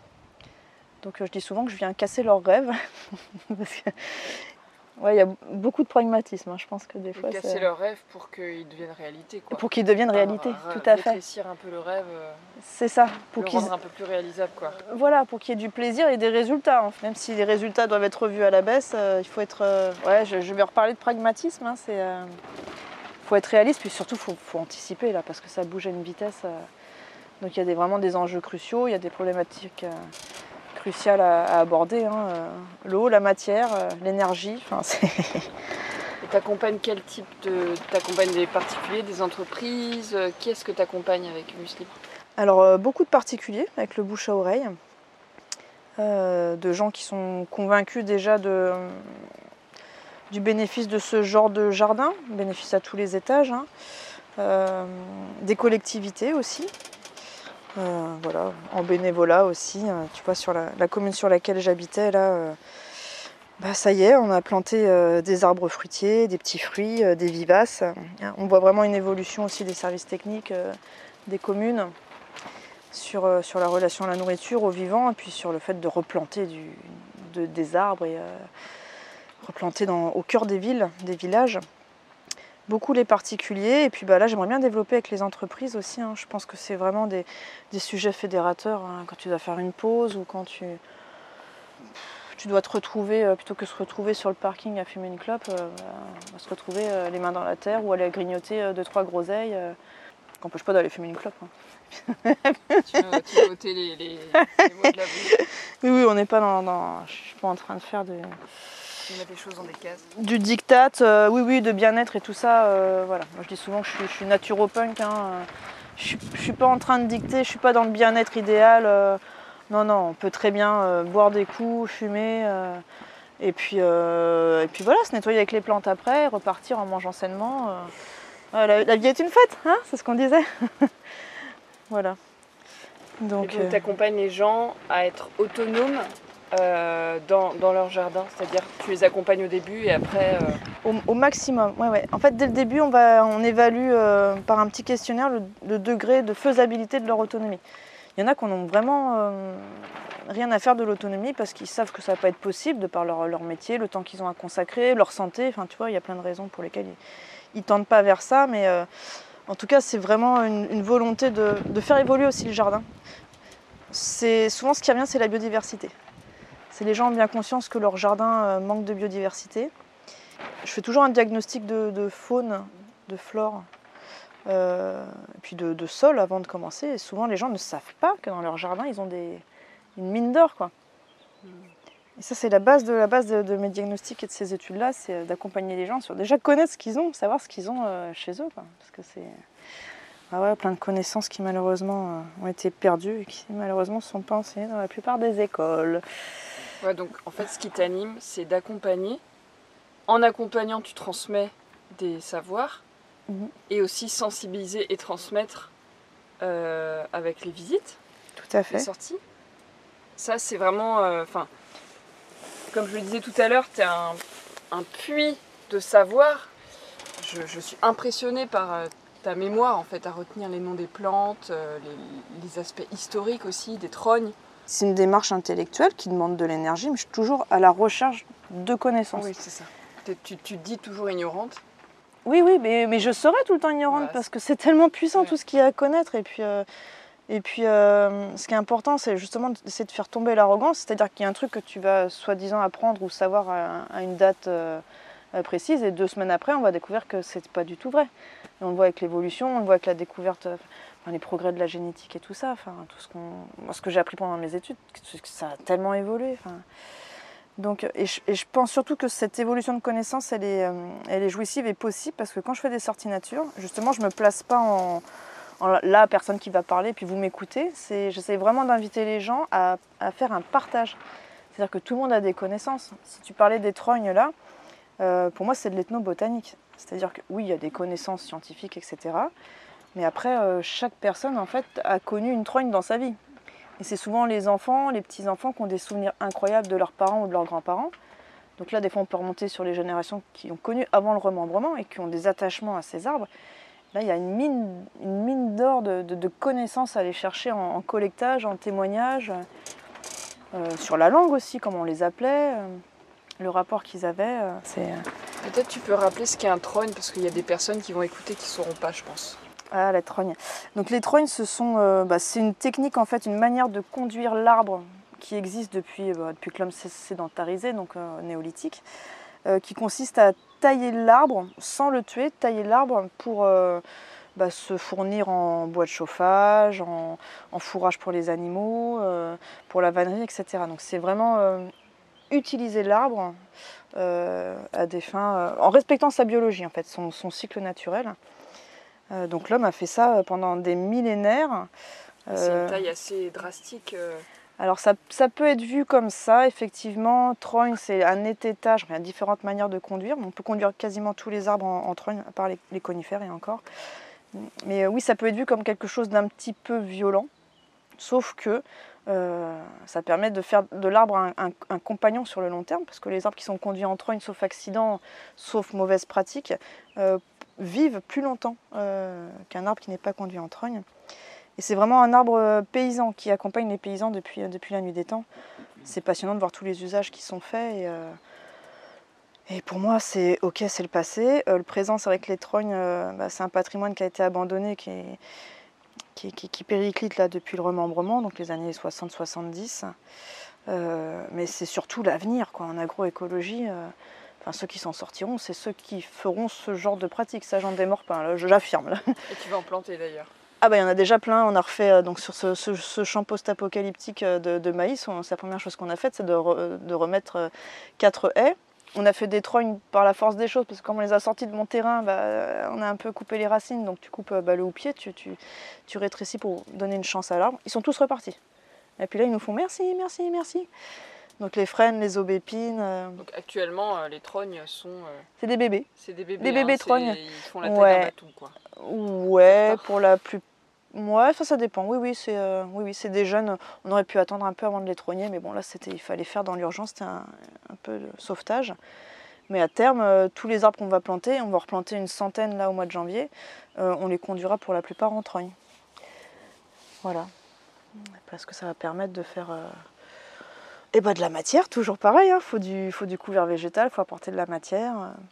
Donc je dis souvent que je viens casser leurs rêves. Parce que, ouais, il y a beaucoup de pragmatisme. Hein. Je pense que des fois. Casser c'est... leurs rêves pour qu'ils deviennent réalité, quoi. Pour qu'ils deviennent réalité, enfin, tout à fait. Rétrécir un peu le rêve. Euh, c'est ça. Pour le qu'ils... rendre un peu plus réalisable, quoi. Voilà, pour qu'il y ait du plaisir et des résultats. Hein. Même si les résultats doivent être revus à la baisse, euh, il faut être. Euh... Ouais, je, je vais reparler de pragmatisme. Hein, c'est. Euh... Faut être réaliste, puis surtout faut, faut anticiper là, parce que ça bouge à une vitesse. Euh... Donc il y a des, vraiment des enjeux cruciaux, il y a des problématiques. Euh... crucial à, à aborder, hein. L'eau, la matière, l'énergie. Enfin, c'est... Et t'accompagnes quel type de... T'accompagnes des particuliers, des entreprises? Qui est-ce que t'accompagnes avec Humus Libre? Alors, euh, beaucoup de particuliers, avec le bouche à oreille. Euh, de gens qui sont convaincus déjà de, euh, du bénéfice de ce genre de jardin, bénéfice à tous les étages. Hein. Euh, des collectivités aussi. Euh, voilà, en bénévolat aussi, euh, tu vois, sur la, la commune sur laquelle j'habitais, là, euh, bah, ça y est, on a planté euh, des arbres fruitiers, des petits fruits, euh, des vivaces. On voit vraiment une évolution aussi des services techniques euh, des communes sur, euh, sur la relation à la nourriture, au vivant, et puis sur le fait de replanter du, de, des arbres et euh, replanter dans, au cœur des villes, des villages. Beaucoup les particuliers, et puis bah, là j'aimerais bien développer avec les entreprises aussi. Hein. Je pense que c'est vraiment des, des sujets fédérateurs, hein, quand tu dois faire une pause ou quand tu, tu dois te retrouver, euh, plutôt que se retrouver sur le parking à fumer une clope, euh, bah, se retrouver euh, les mains dans la terre ou aller grignoter euh, deux, trois groseilles. Euh, qu'on n'empêche pas d'aller fumer une clope. Hein. tu veux tu veux ôter les, les, les mots de la bouche. Oui, oui, on n'est pas dans, dans... Je suis pas en train de faire de... Tu mets des choses dans des cases. Du diktat, euh, oui, oui, de bien-être et tout ça. Euh, voilà. Moi, je dis souvent que je suis, je suis naturopunk. Hein, euh, je ne suis pas en train de dicter, je ne suis pas dans le bien-être idéal. Euh, non, non, on peut très bien euh, boire des coups, fumer. Euh, et, puis, euh, et puis voilà, se nettoyer avec les plantes après, repartir en mangeant sainement. Euh, la, la vie est une fête, hein, c'est ce qu'on disait. Voilà. Donc, tu accompagnes euh... les gens à être autonomes euh, dans, dans leur jardin, c'est-à-dire tu les accompagnes au début et après... Euh... Au, au maximum, ouais, ouais. En fait, dès le début, on, va, on évalue euh, par un petit questionnaire le, le degré de faisabilité de leur autonomie. Il y en a qui n'ont vraiment euh, rien à faire de l'autonomie parce qu'ils savent que ça ne va pas être possible de par leur, leur métier, le temps qu'ils ont à consacrer, leur santé. Enfin, tu vois, il y a plein de raisons pour lesquelles ils ne tendent pas vers ça, mais... Euh, En tout cas, c'est vraiment une, une volonté de, de faire évoluer aussi le jardin. C'est, souvent, ce qui revient, c'est la biodiversité. C'est les gens ont bien conscience que leur jardin manque de biodiversité. Je fais toujours un diagnostic de, de faune, de flore, euh, et puis de, de sol avant de commencer. Et souvent, les gens ne savent pas que dans leur jardin, ils ont des, une mine d'or, quoi. Et ça, c'est la base de, la base de, de mes diagnostics et de ces études-là, c'est d'accompagner les gens sur déjà connaître ce qu'ils ont, savoir ce qu'ils ont euh, chez eux, quoi. Parce que c'est ah ouais, plein de connaissances qui malheureusement euh, ont été perdues et qui malheureusement ne sont pas enseignées dans la plupart des écoles. Ouais, donc en fait, ce qui t'anime, c'est d'accompagner. En accompagnant, tu transmets des savoirs mmh. et aussi sensibiliser et transmettre euh, avec les visites. Tout à fait. Les sorties. Ça, c'est vraiment... Enfin. Euh, Comme je le disais tout à l'heure, tu es un, un puits de savoir. Je, je suis impressionnée par euh, ta mémoire en fait, à retenir les noms des plantes, euh, les, les aspects historiques aussi, des trognes. C'est une démarche intellectuelle qui demande de l'énergie, mais je suis toujours à la recherche de connaissances. Oui, c'est ça. Tu, tu te dis toujours ignorante. Oui, oui, mais, mais je serai tout le temps ignorante ouais, parce que c'est tellement puissant ouais. tout ce qu'il y a à connaître. Et puis... Euh, Et puis, euh, ce qui est important, c'est justement d'essayer de faire tomber l'arrogance. C'est-à-dire qu'il y a un truc que tu vas soi-disant apprendre ou savoir à, à une date euh, précise, et deux semaines après, on va découvrir que c'est pas du tout vrai. Et on le voit avec l'évolution, on le voit avec la découverte, enfin, les progrès de la génétique et tout ça. Enfin, tout ce qu'on, moi, ce que j'ai appris pendant mes études, que ça a tellement évolué. Enfin, donc, et je, et je pense surtout que cette évolution de connaissances, elle est, euh, elle est jouissive et possible parce que quand je fais des sorties nature, justement, je me place pas en la personne qui va parler, puis vous m'écoutez, c'est, j'essaie vraiment d'inviter les gens à, à faire un partage. C'est-à-dire que tout le monde a des connaissances. Si tu parlais des trognes là, euh, pour moi c'est de l'ethnobotanique. C'est-à-dire que oui, il y a des connaissances scientifiques, et cetera. Mais après, euh, chaque personne en fait a connu une trogne dans sa vie. Et c'est souvent les enfants, les petits-enfants qui ont des souvenirs incroyables de leurs parents ou de leurs grands-parents. Donc là, des fois, on peut remonter sur les générations qui ont connu avant le remembrement et qui ont des attachements à ces arbres. Là, il y a une mine, une mine d'or de, de, de connaissances à aller chercher en, en collectage, en témoignage, euh, sur la langue aussi, comme on les appelait, euh, le rapport qu'ils avaient. Euh, c'est... Peut-être tu peux rappeler ce qu'est un trogne, parce qu'il y a des personnes qui vont écouter qui ne sauront pas, je pense. Ah, la trogne. Donc les trognes, ce sont, euh, bah, c'est une technique, en fait, une manière de conduire l'arbre qui existe depuis, bah, depuis que l'homme s'est sédentarisé, donc euh, néolithique, euh, qui consiste à tailler l'arbre sans le tuer, tailler l'arbre pour euh, bah, se fournir en bois de chauffage, en, en fourrage pour les animaux, euh, pour la vannerie, et cetera. Donc c'est vraiment euh, utiliser l'arbre euh, à des fins, euh, en respectant sa biologie en fait, son, son cycle naturel. Euh, donc l'homme a fait ça pendant des millénaires. C'est une taille assez drastique. Euh... Alors ça, ça peut être vu comme ça, effectivement. Trogne, c'est un étêtage, il y a différentes manières de conduire. On peut conduire quasiment tous les arbres en, en trogne, à part les, les conifères et encore. Mais euh, oui, ça peut être vu comme quelque chose d'un petit peu violent, sauf que euh, ça permet de faire de l'arbre un, un, un compagnon sur le long terme, parce que les arbres qui sont conduits en trogne, sauf accident, sauf mauvaise pratique, euh, vivent plus longtemps euh, qu'un arbre qui n'est pas conduit en trogne. Et c'est vraiment un arbre paysan qui accompagne les paysans depuis, depuis la nuit des temps. C'est passionnant de voir tous les usages qui sont faits. Et, euh, et pour moi, c'est ok, c'est le passé. Euh, le présent, c'est vrai que les trognes, euh, bah, c'est un patrimoine qui a été abandonné, qui, est, qui, qui, qui périclite là, depuis le remembrement, donc les années soixante soixante-dix. Euh, mais c'est surtout l'avenir quoi, en agroécologie. Euh, Enfin, ceux qui s'en sortiront, c'est ceux qui feront ce genre de pratique. Ça, j'en démords pas, là, j'affirme. Là. Et tu vas en planter d'ailleurs. Ah bah il y en a déjà plein, on a refait euh, donc sur ce, ce, ce champ post-apocalyptique de, de maïs, on, c'est la première chose qu'on a faite, c'est de, re, de remettre euh, quatre haies on a fait des trognes par la force des choses, parce que quand on les a sortis de mon terrain, bah, on a un peu coupé les racines, donc tu coupes bah, le houppier, tu, tu, tu rétrécis pour donner une chance à l'arbre. Ils sont tous repartis. Et puis là, ils nous font merci, merci, merci. Donc les frênes, les aubépines. Euh... Donc actuellement, euh, les trognes sont. Euh... C'est des bébés. C'est des bébés. Des bébés hein, trognes. Ils font la taille ouais. d'un bâton, quoi. Ouais, pour la plus. Ouais, ça, ça dépend. Oui, oui, c'est euh, oui, oui, c'est des jeunes. On aurait pu attendre un peu avant de les trogner, mais bon, là, c'était, il fallait faire dans l'urgence, c'était un, un peu de sauvetage. Mais à terme, euh, tous les arbres qu'on va planter, on va replanter une centaine là au mois de janvier, euh, on les conduira pour la plupart en trogne. Voilà. Parce que ça va permettre de faire euh, et bah, de la matière, toujours pareil. Il hein. faut, du, faut du couvert végétal, il faut apporter de la matière.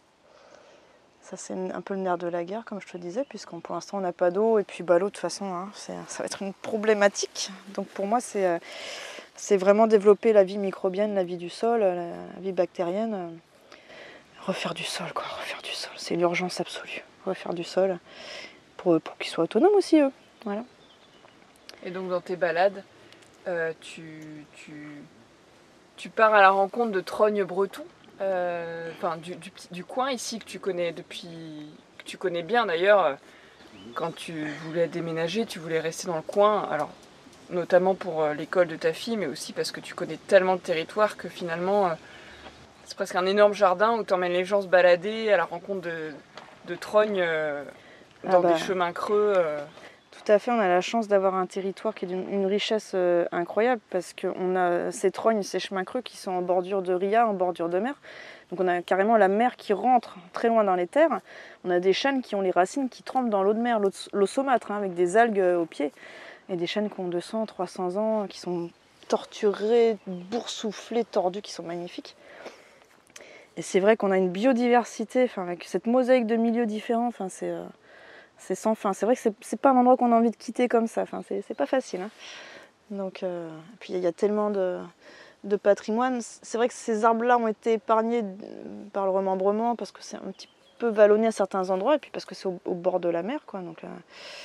Ça, c'est un peu le nerf de la guerre, comme je te disais, puisqu'on pour l'instant, on n'a pas d'eau. Et puis, bah, l'eau, de toute façon, hein, ça va être une problématique. Donc, pour moi, c'est, euh, c'est vraiment développer la vie microbienne, la vie du sol, la vie bactérienne. Euh, refaire du sol, quoi. Refaire du sol. C'est l'urgence absolue. Refaire du sol pour, pour qu'ils soient autonomes aussi, eux. Voilà. Et donc, dans tes balades, euh, tu, tu, tu pars à la rencontre de trognes bretons. Euh, enfin, du, du, du coin ici que tu connais depuis, que tu connais bien d'ailleurs. Quand tu voulais déménager, tu voulais rester dans le coin. Alors, notamment pour l'école de ta fille, mais aussi parce que tu connais tellement de territoire que finalement, c'est presque un énorme jardin où tu emmènes les gens se balader à la rencontre de, de trognes dans ah bah. des chemins creux. Euh. Tout à fait, on a la chance d'avoir un territoire qui est d'une richesse euh, incroyable parce qu'on a ces trognes, ces chemins creux qui sont en bordure de ria, en bordure de mer. Donc on a carrément la mer qui rentre très loin dans les terres. On a des chênes qui ont les racines qui trempent dans l'eau de mer, l'eau saumâtre, hein, avec des algues euh, au pied. Et des chênes qui ont deux cents, trois cents ans, qui sont torturés, boursouflés, tordus, qui sont magnifiques. Et c'est vrai qu'on a une biodiversité, enfin, avec cette mosaïque de milieux différents, enfin, c'est... Euh, C'est sans fin. C'est vrai que c'est, c'est pas un endroit qu'on a envie de quitter comme ça. Enfin, c'est, c'est pas facile. Hein. Donc, euh, puis il y a tellement de, de patrimoine. C'est vrai que ces arbres-là ont été épargnés par le remembrement parce que c'est un petit peu vallonné à certains endroits et puis parce que c'est au, au bord de la mer, quoi. Donc, euh,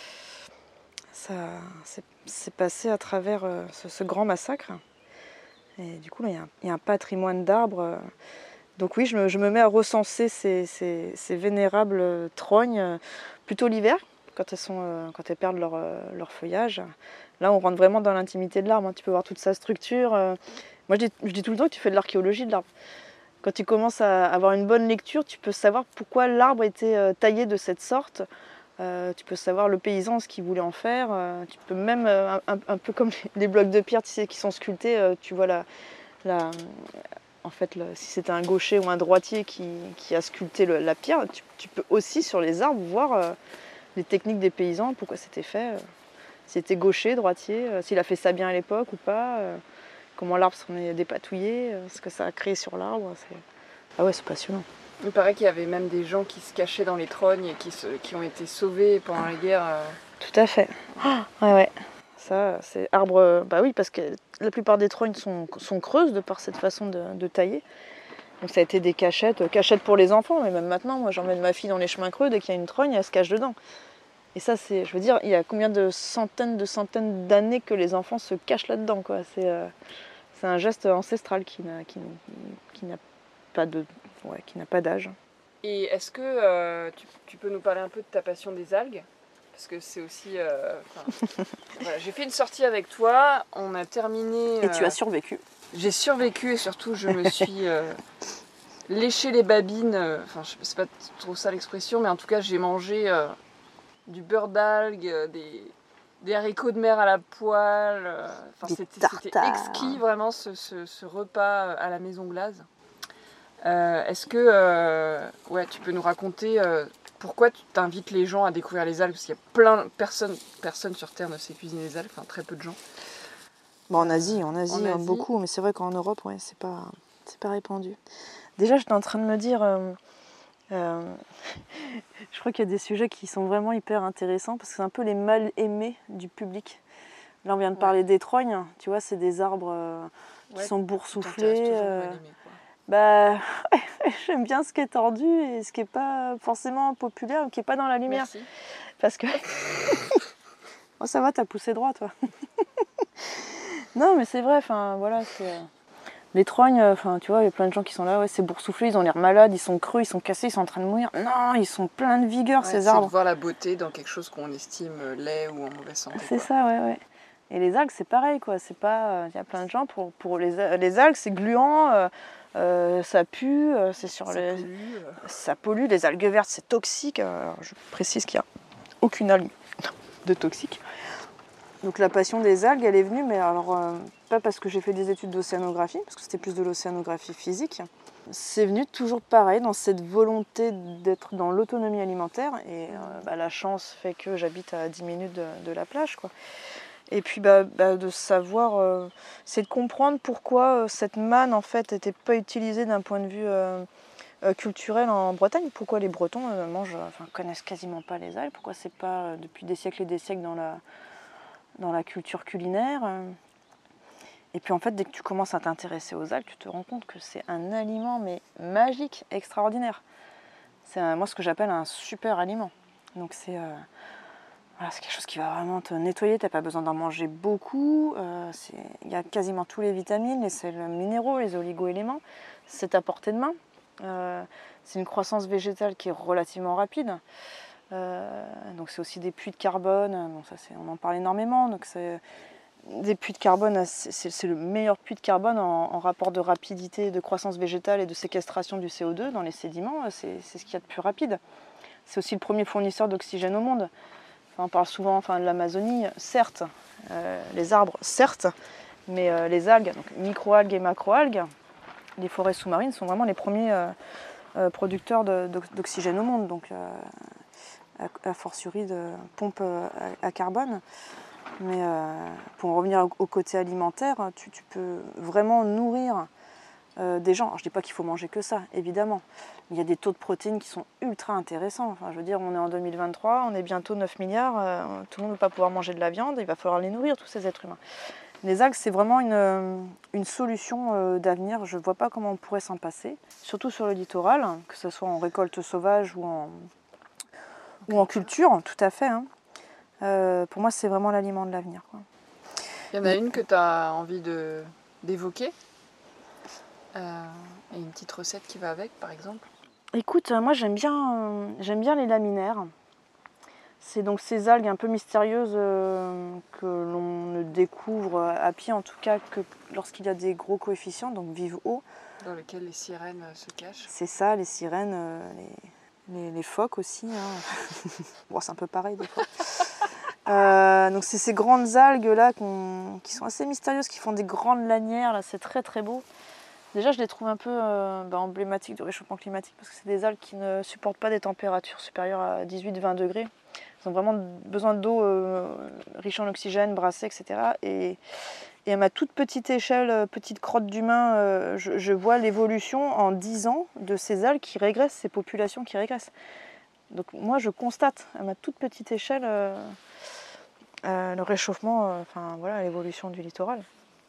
ça, c'est, c'est passé à travers euh, ce, ce grand massacre. Et du coup, il y, y a un patrimoine d'arbres. Euh, Donc oui, je me, je me mets à recenser ces, ces, ces vénérables trognes, plutôt l'hiver, quand elles, sont, euh, quand elles perdent leur, euh, leur feuillage. Là, on rentre vraiment dans l'intimité de l'arbre, hein. Tu peux voir toute sa structure. Euh. Moi, je dis, je dis tout le temps que tu fais de l'archéologie de l'arbre. Quand tu commences à avoir une bonne lecture, tu peux savoir pourquoi l'arbre était euh, taillé de cette sorte. Euh, tu peux savoir le paysan, ce qu'il voulait en faire. Euh, tu peux même, euh, un, un peu comme les blocs de pierre, tu sais, qui sont sculptés, euh, tu vois la... la En fait, le, si c'était un gaucher ou un droitier qui, qui a sculpté le, la pierre, tu, tu peux aussi sur les arbres voir euh, les techniques des paysans, pourquoi c'était fait, euh, s'il était gaucher, droitier, euh, s'il a fait ça bien à l'époque ou pas, euh, comment l'arbre s'en est dépatouillé, euh, ce que ça a créé sur l'arbre. C'est... Ah ouais, c'est passionnant. Il paraît qu'il y avait même des gens qui se cachaient dans les trognes et qui, se, qui ont été sauvés pendant la guerre. Euh... Tout à fait. Oh, ouais, ouais. Ça, c'est arbre. Bah oui, parce que la plupart des trognes sont, sont creuses de par cette façon de, de tailler. Donc ça a été des cachettes, cachettes pour les enfants, mais même maintenant, moi j'emmène ma fille dans les chemins creux, dès qu'il y a une trogne, elle se cache dedans. Et ça, c'est, je veux dire, il y a combien de centaines de centaines d'années que les enfants se cachent là-dedans, quoi. C'est, euh, c'est un geste ancestral qui n'a, qui, qui n'a pas de, ouais, qui n'a pas d'âge. Et est-ce que euh, tu, tu peux nous parler un peu de ta passion des algues ? Parce que c'est aussi... Euh, voilà, j'ai fait une sortie avec toi, on a terminé... Et euh, tu as survécu. J'ai survécu et surtout je me suis euh, léché les babines. Enfin, euh, c'est pas trop ça l'expression, mais en tout cas j'ai mangé euh, du beurre d'algues, euh, des, des haricots de mer à la poêle. Euh, enfin, c'était, c'était exquis vraiment ce, ce, ce repas à la Maison Glaze. Euh, est-ce que euh, ouais, tu peux nous raconter... Euh, Pourquoi tu t'invites les gens à découvrir les algues ? Parce qu'il y a plein de personnes, personne sur Terre ne sait cuisiner les algues, enfin très peu de gens. Bon, en Asie, en Asie, en Asie. beaucoup, mais c'est vrai qu'en Europe, ouais, c'est pas, c'est pas répandu. Déjà, j'étais en train de me dire, euh, euh, je crois qu'il y a des sujets qui sont vraiment hyper intéressants parce que c'est un peu les mal aimés du public. Là, on vient de ouais. parler des trognes, tu vois, c'est des arbres euh, qui ouais, sont boursouflés. Euh, mal aimé, quoi. Bah, j'aime bien ce qui est tordu et ce qui n'est pas forcément populaire, qui n'est pas dans la lumière. Merci. Parce que... oh, ça va, t'as poussé droit, toi. Non, mais c'est vrai, enfin, voilà, c'est... Les trognes, enfin tu vois, il y a plein de gens qui sont là, ouais, c'est boursouflé, ils ont l'air malades, ils sont creux, ils sont cassés, ils sont en train de mourir. Non, ils sont pleins de vigueur, ouais, ces c'est arbres. de voir la beauté dans quelque chose qu'on estime laid ou en mauvaise santé. C'est quoi. ça, ouais, ouais. Et les algues, c'est pareil, quoi. C'est pas, il y a plein de gens pour pour les, les algues, c'est gluant, euh, euh, ça pue, euh, c'est sur ça les, pollue, euh... ça pollue. Les algues vertes, c'est toxique. Alors, je précise qu'il y a aucune algue de toxique. Donc la passion des algues, elle est venue, mais alors euh, pas parce que j'ai fait des études d'océanographie, parce que c'était plus de l'océanographie physique. C'est venu toujours pareil, dans cette volonté d'être dans l'autonomie alimentaire. Et euh, bah, la chance fait que j'habite à dix minutes de, de la plage, quoi. Et puis bah, bah, de savoir, euh, c'est de comprendre pourquoi euh, cette manne en fait n'était pas utilisée d'un point de vue euh, euh, culturel en Bretagne. Pourquoi les Bretons euh, mangent, enfin connaissent quasiment pas les algues. Pourquoi c'est pas euh, depuis des siècles et des siècles dans la dans la culture culinaire. Et puis en fait, dès que tu commences à t'intéresser aux algues, tu te rends compte que c'est un aliment mais magique, extraordinaire. C'est un, moi ce que j'appelle un super aliment. Donc c'est, euh, voilà, c'est quelque chose qui va vraiment te nettoyer, tu n'as pas besoin d'en manger beaucoup. Euh, il y a quasiment tous les vitamines, les sels minéraux, les oligo-éléments. C'est à portée de main. Euh, c'est une croissance végétale qui est relativement rapide. Euh, donc c'est aussi des puits de carbone, donc ça c'est, on en parle énormément, donc c'est des puits de carbone, c'est, c'est le meilleur puits de carbone en, en rapport de rapidité de croissance végétale et de séquestration du C O deux dans les sédiments, c'est, c'est ce qu'il y a de plus rapide. C'est aussi le premier fournisseur d'oxygène au monde. Enfin, on parle souvent enfin, de l'Amazonie, certes, euh, les arbres, certes, mais euh, les algues, donc micro-algues et macro-algues, les forêts sous-marines sont vraiment les premiers euh, euh, producteurs de, d'oxygène au monde. Donc, euh, à fortiori de pompe à carbone. Mais euh, pour en revenir au côté alimentaire, tu, tu peux vraiment nourrir euh, des gens. Alors, je ne dis pas qu'il faut manger que ça, évidemment. Il y a des taux de protéines qui sont ultra intéressants. Enfin, je veux dire, on est en deux mille vingt-trois, on est bientôt neuf milliards, euh, tout le monde ne va pas pouvoir manger de la viande, il va falloir les nourrir, tous ces êtres humains. Les algues, c'est vraiment une, une solution euh, d'avenir. Je ne vois pas comment on pourrait s'en passer. Surtout sur le littoral, que ce soit en récolte sauvage ou en... ou en culture, tout à fait. Hein. Euh, pour moi, c'est vraiment l'aliment de l'avenir. Quoi. Il y en a une que tu as envie de, d'évoquer euh, et une petite recette qui va avec, par exemple. Écoute, moi j'aime bien, euh, j'aime bien les laminaires. C'est donc ces algues un peu mystérieuses euh, que l'on ne découvre à pied, en tout cas que lorsqu'il y a des gros coefficients, donc vivent haut. Dans lesquels les sirènes se cachent. C'est ça, les sirènes, euh, les... Les, les phoques aussi, hein. Bon, c'est un peu pareil des fois. euh, donc c'est ces grandes algues là qui sont assez mystérieuses, qui font des grandes lanières, là, c'est très très beau. Déjà je les trouve un peu euh, bah, emblématiques du réchauffement climatique parce que c'est des algues qui ne supportent pas des températures supérieures à dix-huit à vingt degrés. Elles ont vraiment besoin d'eau euh, riche en oxygène, brassée, et cetera. Et, et à ma toute petite échelle, petite crotte d'humain, euh, je, je vois l'évolution en dix ans de ces algues qui régressent, ces populations qui régressent. Donc moi je constate à ma toute petite échelle euh, euh, le réchauffement, euh, enfin voilà, l'évolution du littoral.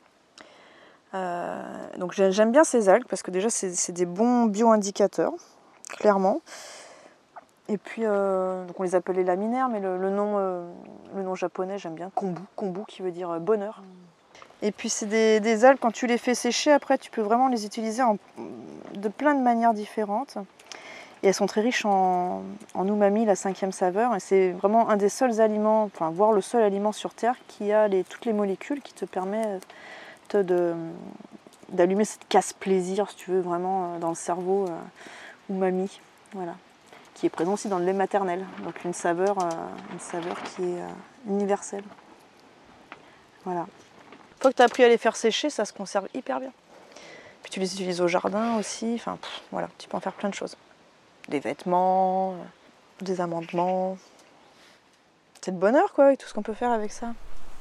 Euh, donc j'aime bien ces algues parce que déjà c'est, c'est des bons bio-indicateurs, clairement. Et puis euh, donc on les appelle les laminaires, mais le, le, nom, euh, le nom japonais j'aime bien, kombu, kombu qui veut dire euh, bonheur. Et puis c'est des, des algues, quand tu les fais sécher, après tu peux vraiment les utiliser en, de plein de manières différentes. Et elles sont très riches en, en umami, la cinquième saveur. Et c'est vraiment un des seuls aliments, enfin voire le seul aliment sur Terre qui a les, toutes les molécules qui te permettent de, d'allumer cette casse-plaisir, si tu veux, vraiment dans le cerveau, euh, umami. Voilà. Qui est présent aussi dans le lait maternel. Donc une saveur, euh, une saveur qui est euh, universelle. Voilà. Une fois que tu as appris à les faire sécher, ça se conserve hyper bien. Puis tu les utilises au jardin aussi, enfin pff, voilà, tu peux en faire plein de choses. Des vêtements, des amendements. C'est le bonheur quoi, avec tout ce qu'on peut faire avec ça.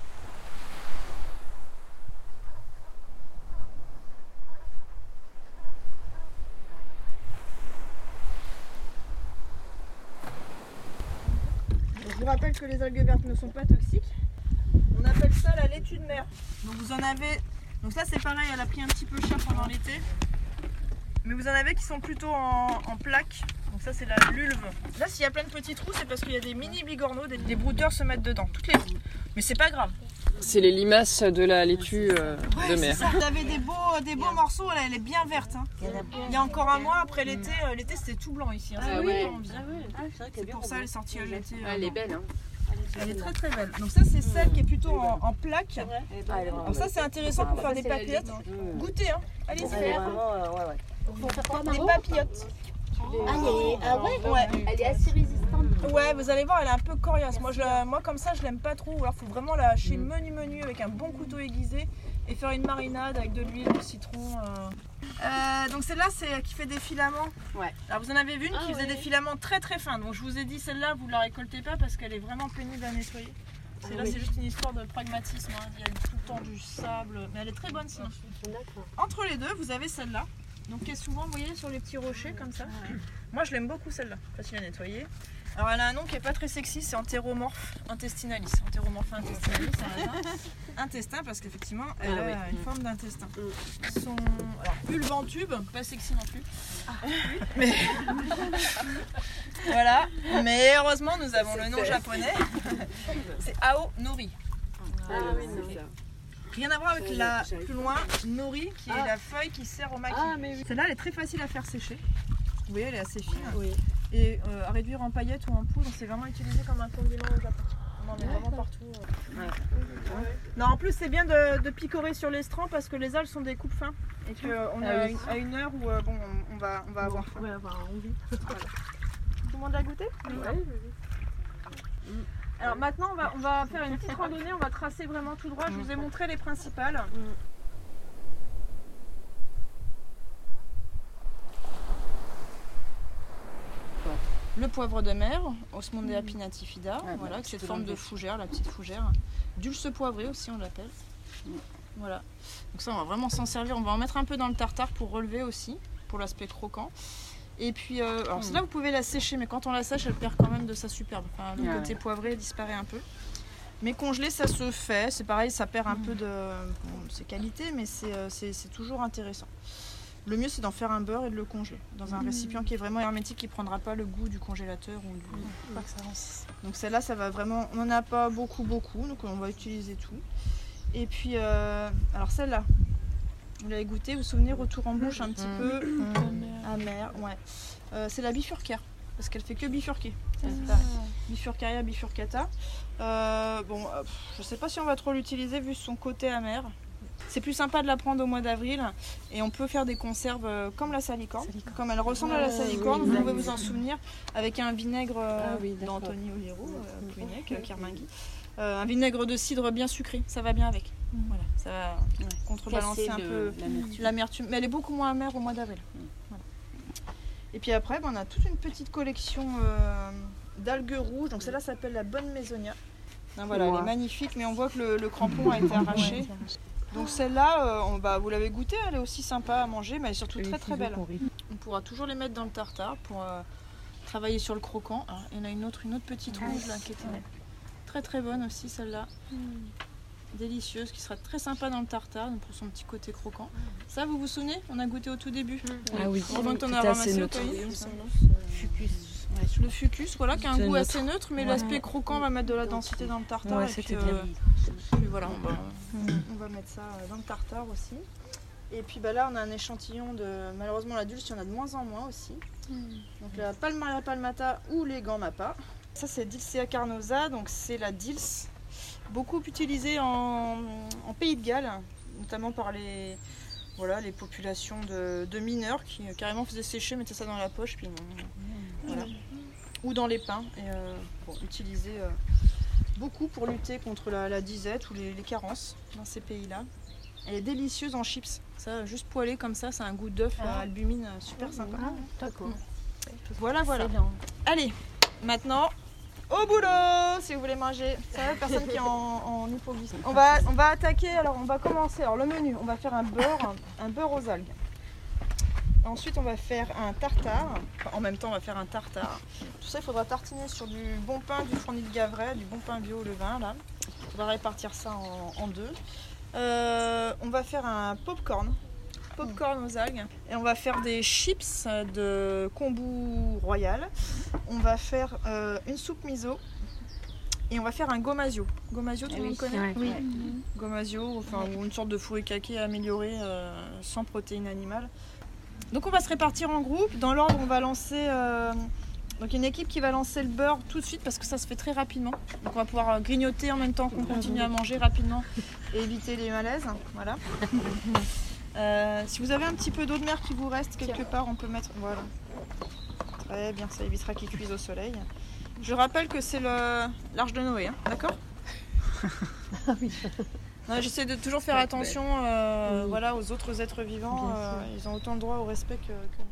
Je vous rappelle que les algues vertes ne sont pas toxiques. On appelle ça la laitue de mer. Donc vous en avez. Donc ça c'est pareil, elle a pris un petit peu cher pendant l'été. Mais vous en avez qui sont plutôt en, en plaques. Donc ça c'est la lulve. Là s'il y a plein de petits trous, c'est parce qu'il y a des mini bigorneaux, des, des brouteurs se mettent dedans toutes les nuits. Mais c'est pas grave. C'est les limaces de la laitue euh, ouais, de mer. Vous avez des beaux, des beaux morceaux, là, elle est bien verte. Hein. Il y a encore un mois, après l'été, euh, l'été c'était tout blanc ici. Hein. Ah, ah, oui. ah, oui. ah, c'est, c'est pour ça qu'elle est sortie à l'été. Ah, elle est belle. Hein. Elle est très très belle. Donc ça c'est celle qui est plutôt en, en plaque. Alors ça c'est intéressant pour faire des papillotes. Goûtez, hein. Allez-y faire. Des papillotes. Ah, est... ah ouais, ouais, elle est assez résistante. Ouais, vous allez voir, elle est un peu coriace. Moi, je la... Moi comme ça, je l'aime pas trop. Alors, faut vraiment la hacher menu menu avec un bon couteau aiguisé et faire une marinade avec de l'huile, du citron. Euh... Euh, donc celle-là, c'est qui fait des filaments. Ouais. Alors vous en avez vu une ah, qui faisait ouais. des filaments très très fins. Donc je vous ai dit celle-là, vous la récoltez pas parce qu'elle est vraiment pénible à nettoyer. Celle-là, ah, oui. c'est juste une histoire de pragmatisme. Hein. Il y a tout le temps du sable, mais elle est très bonne sinon. Entre les deux, vous avez celle-là. Donc qui est souvent, vous voyez, sur les petits rochers comme ça. Ouais. Moi, je l'aime beaucoup celle-là, facile à nettoyer. Alors elle a un nom qui est pas très sexy, c'est Enteromorphe intestinalis. Enteromorphe intestinalis, c'est un intestin parce qu'effectivement, elle ah, a oui. une forme d'intestin. Mm. Son alors pulventube, pas sexy non plus. Ah. Mais voilà. Mais heureusement, nous avons le nom japonais. C'est Ao Nori. Ah, oui, non. Rien à voir avec la plus loin, nori, qui est ah. la feuille qui sert au maki. Ah, mais oui. Celle-là, elle est très facile à faire sécher. Vous voyez, elle est assez fine. Oui. Et euh, à réduire en paillettes ou en poudre, c'est vraiment utilisé comme un condiment au Japon. On en met vraiment partout. Ouais. Ouais. Non, en plus, c'est bien de, de picorer sur l'estran parce que les algues sont des coupes fins. Et qu'on euh, est ah, oui. à une heure où euh, bon, on, on va, on va avoir faim. On va avoir envie. Voilà. Tout le monde l'a goûté? Oui. Ouais. Oui. Alors maintenant, on va, on va faire une petite randonnée, on va tracer vraiment tout droit. Je vous ai montré les principales. Le poivre de mer, Osmondea pinnatifida, ah, voilà, avec cette forme de fougère, la petite fougère. Dulce poivrée aussi, on l'appelle. Voilà. Donc ça, on va vraiment s'en servir. On va en mettre un peu dans le tartare pour relever aussi, pour l'aspect croquant. Et puis, euh, alors celle-là, vous pouvez la sécher, mais quand on la sèche, elle perd quand même de sa superbe. Enfin, le ah, côté ouais. poivré disparaît un peu. Mais congelé, ça se fait. C'est pareil, ça perd un mmh. peu de bon, ses qualités, mais c'est, c'est, c'est toujours intéressant. Le mieux, c'est d'en faire un beurre et de le congeler dans un mmh. récipient qui est vraiment hermétique, qui ne prendra pas le goût du congélateur. Ou du... mmh. pas que ça avance. Donc celle-là, ça va vraiment... On n'en a pas beaucoup, beaucoup, donc on va utiliser tout. Et puis, euh... alors celle-là, vous l'avez goûté, vous vous souvenez, retour en bouche un petit mmh. peu mmh. amer. Ouais. Euh, c'est la bifurcaire, parce qu'elle fait que bifurquer. Ah. Bifurcaria bifurcata. Euh, bon, euh, je sais pas si on va trop l'utiliser vu son côté amer. C'est plus sympa de la prendre au mois d'avril et on peut faire des conserves euh, comme la salicorne. salicorne. Comme elle ressemble ah, à la salicorne, oui, vous pouvez vous en souvenir, avec un vinaigre euh, ah, oui, d'Anthony Oliero, euh, Pouignac, euh, Kermangui. Euh, un vinaigre de cidre bien sucré, ça va bien avec. Mmh. Voilà, ça va ouais. contrebalancer Casser un le, peu l'amertume. l'amertume. Mais elle est beaucoup moins amère au mois d'avril. Mmh. Voilà. Et puis après, ben, on a toute une petite collection euh, d'algues rouges. Donc celle-là s'appelle la bonne Maisonia. Donc, voilà, ouais. Elle est magnifique, mais on voit que le, le crampon a été arraché. Donc celle-là, euh, on, bah, vous l'avez goûtée, elle est aussi sympa à manger, mais elle est surtout et très très belle. On pourra toujours les mettre dans le tartare pour euh, travailler sur le croquant. Alors, il y en a une autre, une autre petite ah, rouge là qui était ouais. très très bonne aussi celle-là. Mm. Délicieuse, qui sera très sympa dans le tartare, donc pour son petit côté croquant. Ça, vous vous souvenez, on a goûté au tout début. Mm. Ah oui, pendant que tu en as ramassé au pays. Ouais, le fucus, voilà, qui a un goût neutre. assez neutre, mais ouais. l'aspect croquant va mettre de la densité dans le tartare. Ouais, et c'était puis, bien. Euh, puis voilà, on va, mmh. on va mettre ça dans le tartare aussi. Et puis bah, là, on a un échantillon de, malheureusement la dulce, il y en a de moins en moins aussi. Mmh. Donc la Palmaria palmata ou les Gammapa. Ça c'est Dilsea carnosa, donc c'est la dils, beaucoup utilisée en, en Pays de Galles, notamment par les... Voilà, les populations de, de mineurs qui euh, carrément faisaient sécher, mettaient ça dans la poche, puis euh, voilà. Ou dans les pains, et euh, bon, utilisé euh, beaucoup pour lutter contre la, la disette ou les, les carences dans ces pays-là. Elle est délicieuse en chips, ça juste poêlée comme ça, ça a un goût d'œuf ah. à albumine super sympa. Ah, d'accord. Voilà, voilà. Allez, maintenant. Au boulot, si vous voulez manger. Ça va, personne qui est en, en hypoglycémie. On va, on va attaquer, alors on va commencer. Alors le menu, on va faire un beurre, un beurre aux algues. Ensuite, on va faire un tartare. Enfin, en même temps, on va faire un tartare. Tout ça, il faudra tartiner sur du bon pain, du fourni de Gavray, du bon pain bio au levain. Là. On va répartir ça en, en deux. Euh, on va faire un popcorn. Popcorn aux algues. Et on va faire des chips de kombu royal. On va faire euh, une soupe miso Et on va faire un gomasio. Gomasio, tout Ah le oui, monde connaît ouais. Oui. Gomasio, enfin, ou une sorte de furikake amélioré euh, sans protéines animales. Donc on va se répartir en groupes. Dans l'ordre, on va lancer... Euh, donc il y a une équipe qui va lancer le beurre tout de suite parce que ça se fait très rapidement. Donc on va pouvoir grignoter en même temps qu'on continue à manger rapidement et éviter les malaises. Voilà. Euh, si vous avez un petit peu d'eau de mer qui vous reste quelque part, on peut mettre... Voilà. Très bien, ça évitera qu'ils cuisent au soleil. Je rappelle que c'est le l'Arche de Noé, hein, d'accord? Non, j'essaie de toujours faire attention euh, Oui. voilà, aux autres êtres vivants. Euh, ils ont autant de droit au respect que... que...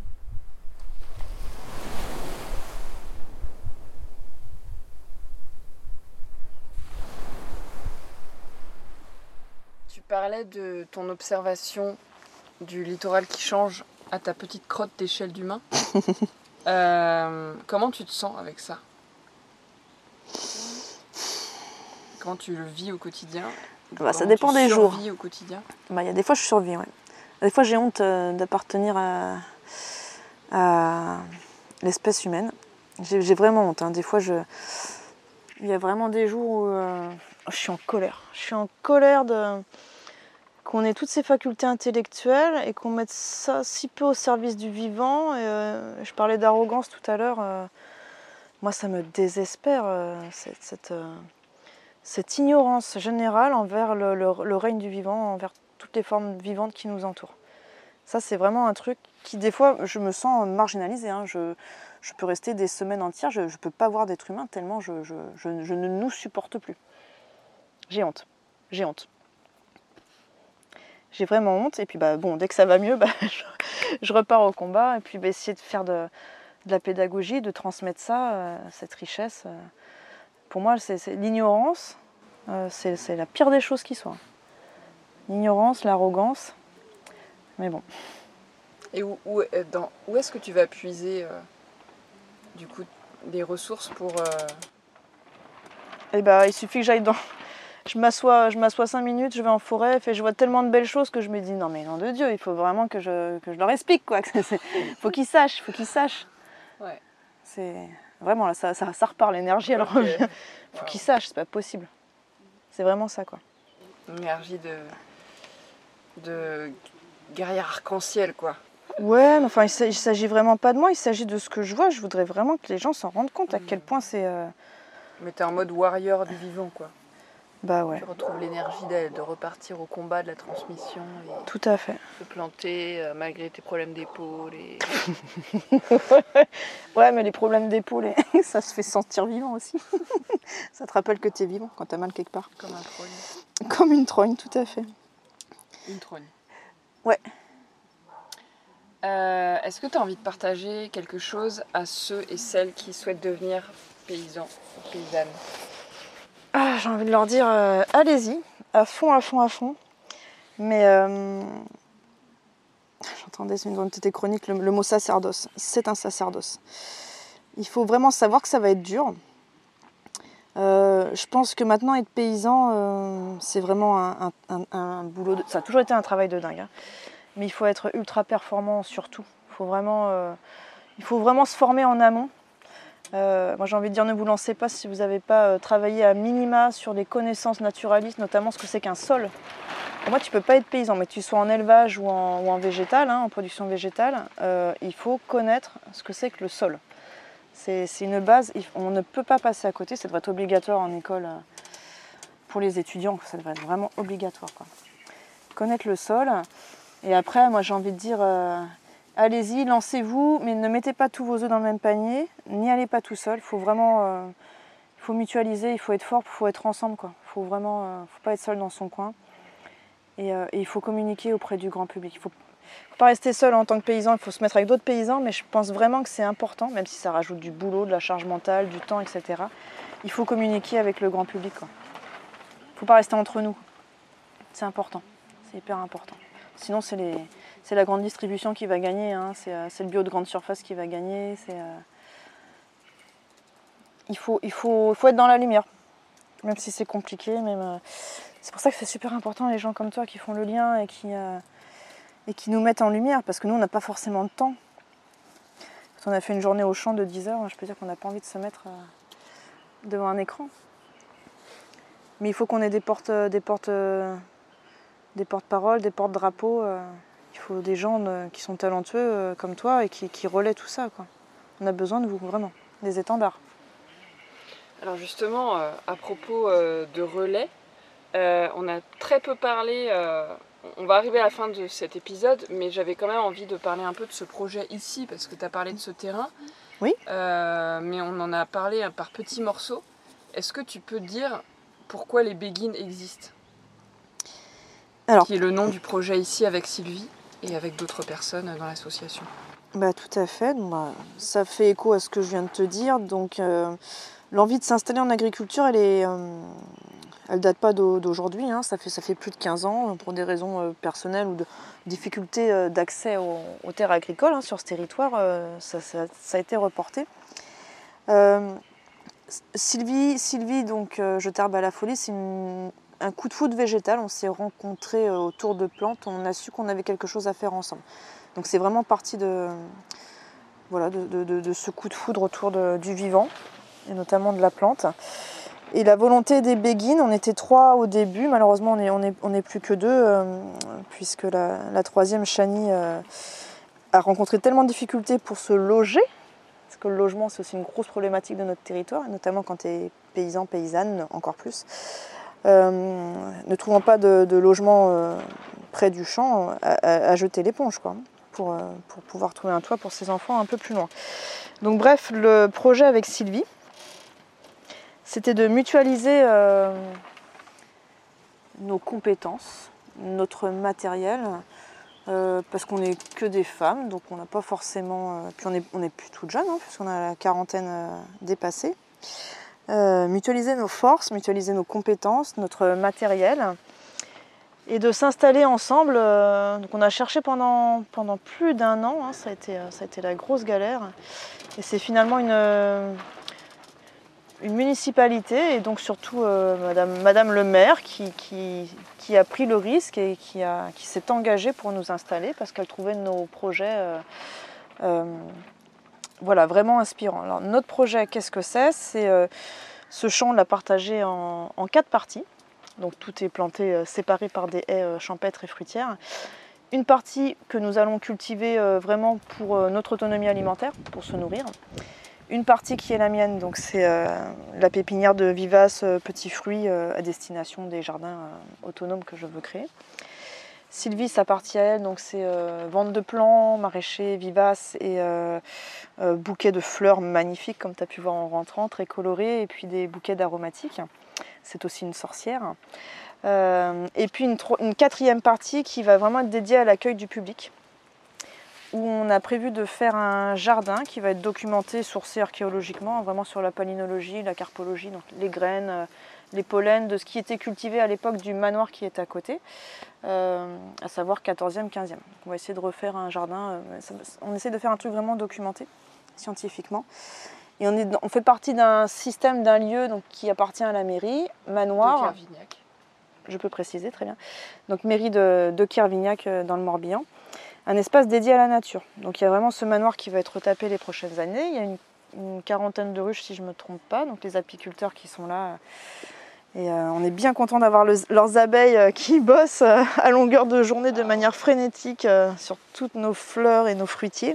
Tu parlais de ton observation du littoral qui change à ta petite crotte d'échelle d'humain. euh, comment tu te sens avec ça? Comment tu le vis au quotidien? Bah, ça Comment dépend tu des jours. survis au quotidien? Bah, y a des fois, je survis, ouais. Des fois, j'ai honte euh, d'appartenir à, à l'espèce humaine. J'ai, j'ai vraiment honte. Hein. Des fois, je... il y a vraiment des jours où euh, je suis en colère. Je suis en colère de... qu'on ait toutes ces facultés intellectuelles et qu'on mette ça si peu au service du vivant. Et, euh, je parlais d'arrogance tout à l'heure. Euh, moi, ça me désespère, euh, cette... cette euh, cette ignorance générale envers le, le, le règne du vivant, envers toutes les formes vivantes qui nous entourent. Ça, c'est vraiment un truc qui, des fois, je me sens marginalisée. Hein. Je, je peux rester des semaines entières, je ne peux pas voir d'être humain tellement je, je, je, je ne nous supporte plus. J'ai honte. J'ai honte. J'ai vraiment honte. Et puis, bah, bon, dès que ça va mieux, bah, je, je repars au combat. Et puis, bah, essayer de faire de, de la pédagogie, de transmettre ça, euh, cette richesse. Euh, Pour moi, c'est, c'est l'ignorance, euh, c'est, c'est la pire des choses qui soit. L'ignorance, l'arrogance, mais bon. Et où, où, dans, où est-ce que tu vas puiser euh, du coup des ressources pour... Euh... Eh ben, il suffit que j'aille dans... Je m'assois, je m'assois cinq minutes, je vais en forêt, et je vois tellement de belles choses que je me dis, non mais nom de Dieu, il faut vraiment que je, que je leur explique, quoi. Il faut qu'ils sachent, il faut qu'ils sachent. Ouais. C'est... Vraiment, là, ça, ça, ça repart, l'énergie, elle revient. Il faut Wow. qu'ils sachent, c'est pas possible. C'est vraiment ça, quoi. Une énergie de, de guerrière arc-en-ciel, quoi. Ouais, mais enfin, il ne s'agit vraiment pas de moi, il s'agit de ce que je vois. Je voudrais vraiment que les gens s'en rendent compte à quel point c'est... Euh... Mais t'es en mode warrior du vivant, quoi. Bah ouais. Tu retrouves l'énergie de, de repartir au combat de la transmission et tout à fait. de planter euh, malgré tes problèmes d'épaule. Et... ouais, mais les problèmes d'épaule, et... ça se fait sentir vivant aussi. Ça te rappelle que tu es vivant quand tu as mal quelque part. Comme un trogne. Comme une trogne, tout à fait. Une trogne. Ouais. Euh, est-ce que tu as envie de partager quelque chose à ceux et celles qui souhaitent devenir paysans ou paysannes? Ah, j'ai envie de leur dire, euh, allez-y, à fond, à fond, à fond. Mais euh, j'entendais sur une de tes chroniques le, le mot sacerdoce. C'est un sacerdoce. Il faut vraiment savoir que ça va être dur. Euh, je pense que maintenant, être paysan, euh, c'est vraiment un, un, un, un boulot. De... Ça a toujours été un travail de dingue. Hein. Mais il faut être ultra performant surtout. Il faut vraiment, euh, il faut vraiment se former en amont. Euh, moi j'ai envie de dire ne vous lancez pas si vous n'avez pas euh, travaillé à minima sur les connaissances naturalistes, notamment ce que c'est qu'un sol. Pour moi tu ne peux pas être paysan, mais que tu sois en élevage ou en, ou en végétal, hein, en production végétale, euh, il faut connaître ce que c'est que le sol. C'est, c'est une base, on ne peut pas passer à côté, ça devrait être obligatoire en école euh, pour les étudiants, ça devrait être vraiment obligatoire, quoi. Connaître le sol, et après moi j'ai envie de dire... Euh, allez-y, lancez-vous, mais ne mettez pas tous vos œufs dans le même panier, n'y allez pas tout seul. Il faut vraiment, euh, il faut mutualiser, il faut être fort, il faut être ensemble, quoi. Il faut vraiment, euh, faut pas être seul dans son coin. Et, euh, et il faut communiquer auprès du grand public. Il faut, faut pas rester seul en tant que paysan. Il faut se mettre avec d'autres paysans, mais je pense vraiment que c'est important, même si ça rajoute du boulot, de la charge mentale, du temps, et cetera. Il faut communiquer avec le grand public, quoi. Il faut pas rester entre nous. C'est important, c'est hyper important. Sinon, c'est les C'est la grande distribution qui va gagner, hein. c'est, euh, c'est le bio de grande surface qui va gagner. C'est, euh... il, faut, il, faut, il faut être dans la lumière, même si c'est compliqué. Même, euh... C'est pour ça que c'est super important les gens comme toi qui font le lien et qui, euh... et qui nous mettent en lumière, parce que nous on n'a pas forcément de temps. Quand on a fait une journée au champ de dix heures, je peux dire qu'on n'a pas envie de se mettre euh... devant un écran. Mais il faut qu'on ait des porte, des porte, des porte-paroles, des porte-drapeaux. Euh, il faut des gens euh, qui sont talentueux euh, comme toi et qui, qui relaient tout ça, quoi. On a besoin de vous, vraiment, des étendards. Alors justement, euh, à propos euh, de relais, euh, on a très peu parlé, euh, on va arriver à la fin de cet épisode, mais j'avais quand même envie de parler un peu de ce projet ici, parce que tu as parlé de ce terrain. Oui. Euh, mais on en a parlé hein, par petits morceaux. Est-ce que tu peux dire pourquoi les Béguines existent? Alors, qui est le nom du projet ici avec Sylvie et avec d'autres personnes dans l'association. Bah, tout à fait. Bah, ça fait écho à ce que je viens de te dire. Donc, euh, l'envie de s'installer en agriculture, elle est, euh, elle date pas d'aujourd'hui. Hein. Ça fait, ça fait plus de quinze ans pour des raisons euh, personnelles ou de difficultés euh, d'accès aux, aux terres agricoles hein, sur ce territoire. Euh, ça, ça, ça a été reporté. Euh, Sylvie, Sylvie, donc euh, Je t'herbe à la folie, c'est une un coup de foudre végétal, on s'est rencontrés autour de plantes, on a su qu'on avait quelque chose à faire ensemble. Donc c'est vraiment parti de, voilà, de, de, de, de ce coup de foudre autour de, du vivant, et notamment de la plante. Et la volonté des Béguines, on était trois au début, malheureusement on n'est on est, on est plus que deux, euh, puisque la, la troisième, Chani, euh, a rencontré tellement de difficultés pour se loger, parce que le logement c'est aussi une grosse problématique de notre territoire, et notamment quand tu es paysan, paysanne, encore plus. Euh, ne trouvant pas de, de logement euh, près du champ, à, à, à jeter l'éponge quoi, pour, euh, pour pouvoir trouver un toit pour ses enfants un peu plus loin. Donc bref, le projet avec Sylvie, c'était de mutualiser euh, nos compétences, notre matériel, euh, parce qu'on n'est que des femmes, donc on n'a pas forcément... Euh, puis on n'est on est plus toutes jeunes, hein, puisqu'on a la quarantaine euh, dépassée. Euh, mutualiser nos forces, mutualiser nos compétences, notre matériel et de s'installer ensemble. Euh, donc on a cherché pendant, pendant plus d'un an, hein, ça a été, ça a été la grosse galère. Et c'est finalement une, une municipalité et donc surtout euh, Madame, Madame le maire qui, qui, qui a pris le risque et qui, a, qui s'est engagée pour nous installer parce qu'elle trouvait nos projets euh, euh, voilà, vraiment inspirant. Alors, notre projet, qu'est-ce que c'est? C'est euh, ce champ, on l'a partagé en, en quatre parties. Donc tout est planté, euh, séparé par des haies euh, champêtres et fruitières. Une partie que nous allons cultiver euh, vraiment pour euh, notre autonomie alimentaire, pour se nourrir. Une partie qui est la mienne, donc c'est euh, la pépinière de vivaces euh, petits fruits euh, à destination des jardins euh, autonomes que je veux créer. Sylvie, sa partie à elle, donc c'est euh, vente de plants, maraîchers, vivaces et euh, euh, bouquets de fleurs magnifiques, comme tu as pu voir en rentrant, très colorés, et puis des bouquets d'aromatiques. C'est aussi une sorcière. Euh, et puis une, une quatrième partie qui va vraiment être dédiée à l'accueil du public, où on a prévu de faire un jardin qui va être documenté, sourcé archéologiquement, vraiment sur la palynologie, la carpologie, donc les graines, euh, les pollens de ce qui était cultivé à l'époque du manoir qui est à côté, euh, à savoir quatorzième, quinzième. Donc on va essayer de refaire un jardin, euh, ça, on essaie de faire un truc vraiment documenté, scientifiquement. Et on, est, on fait partie d'un système, d'un lieu donc, qui appartient à la mairie, manoir. De Kervignac. Je peux préciser, très bien. Donc mairie de, de Kervignac dans le Morbihan. Un espace dédié à la nature. Donc il y a vraiment ce manoir qui va être retapé les prochaines années. Il y a une, une quarantaine de ruches si je ne me trompe pas, donc les apiculteurs qui sont là. Et euh, on est bien content d'avoir le, leurs abeilles euh, qui bossent euh, à longueur de journée de manière frénétique euh, sur toutes nos fleurs et nos fruitiers.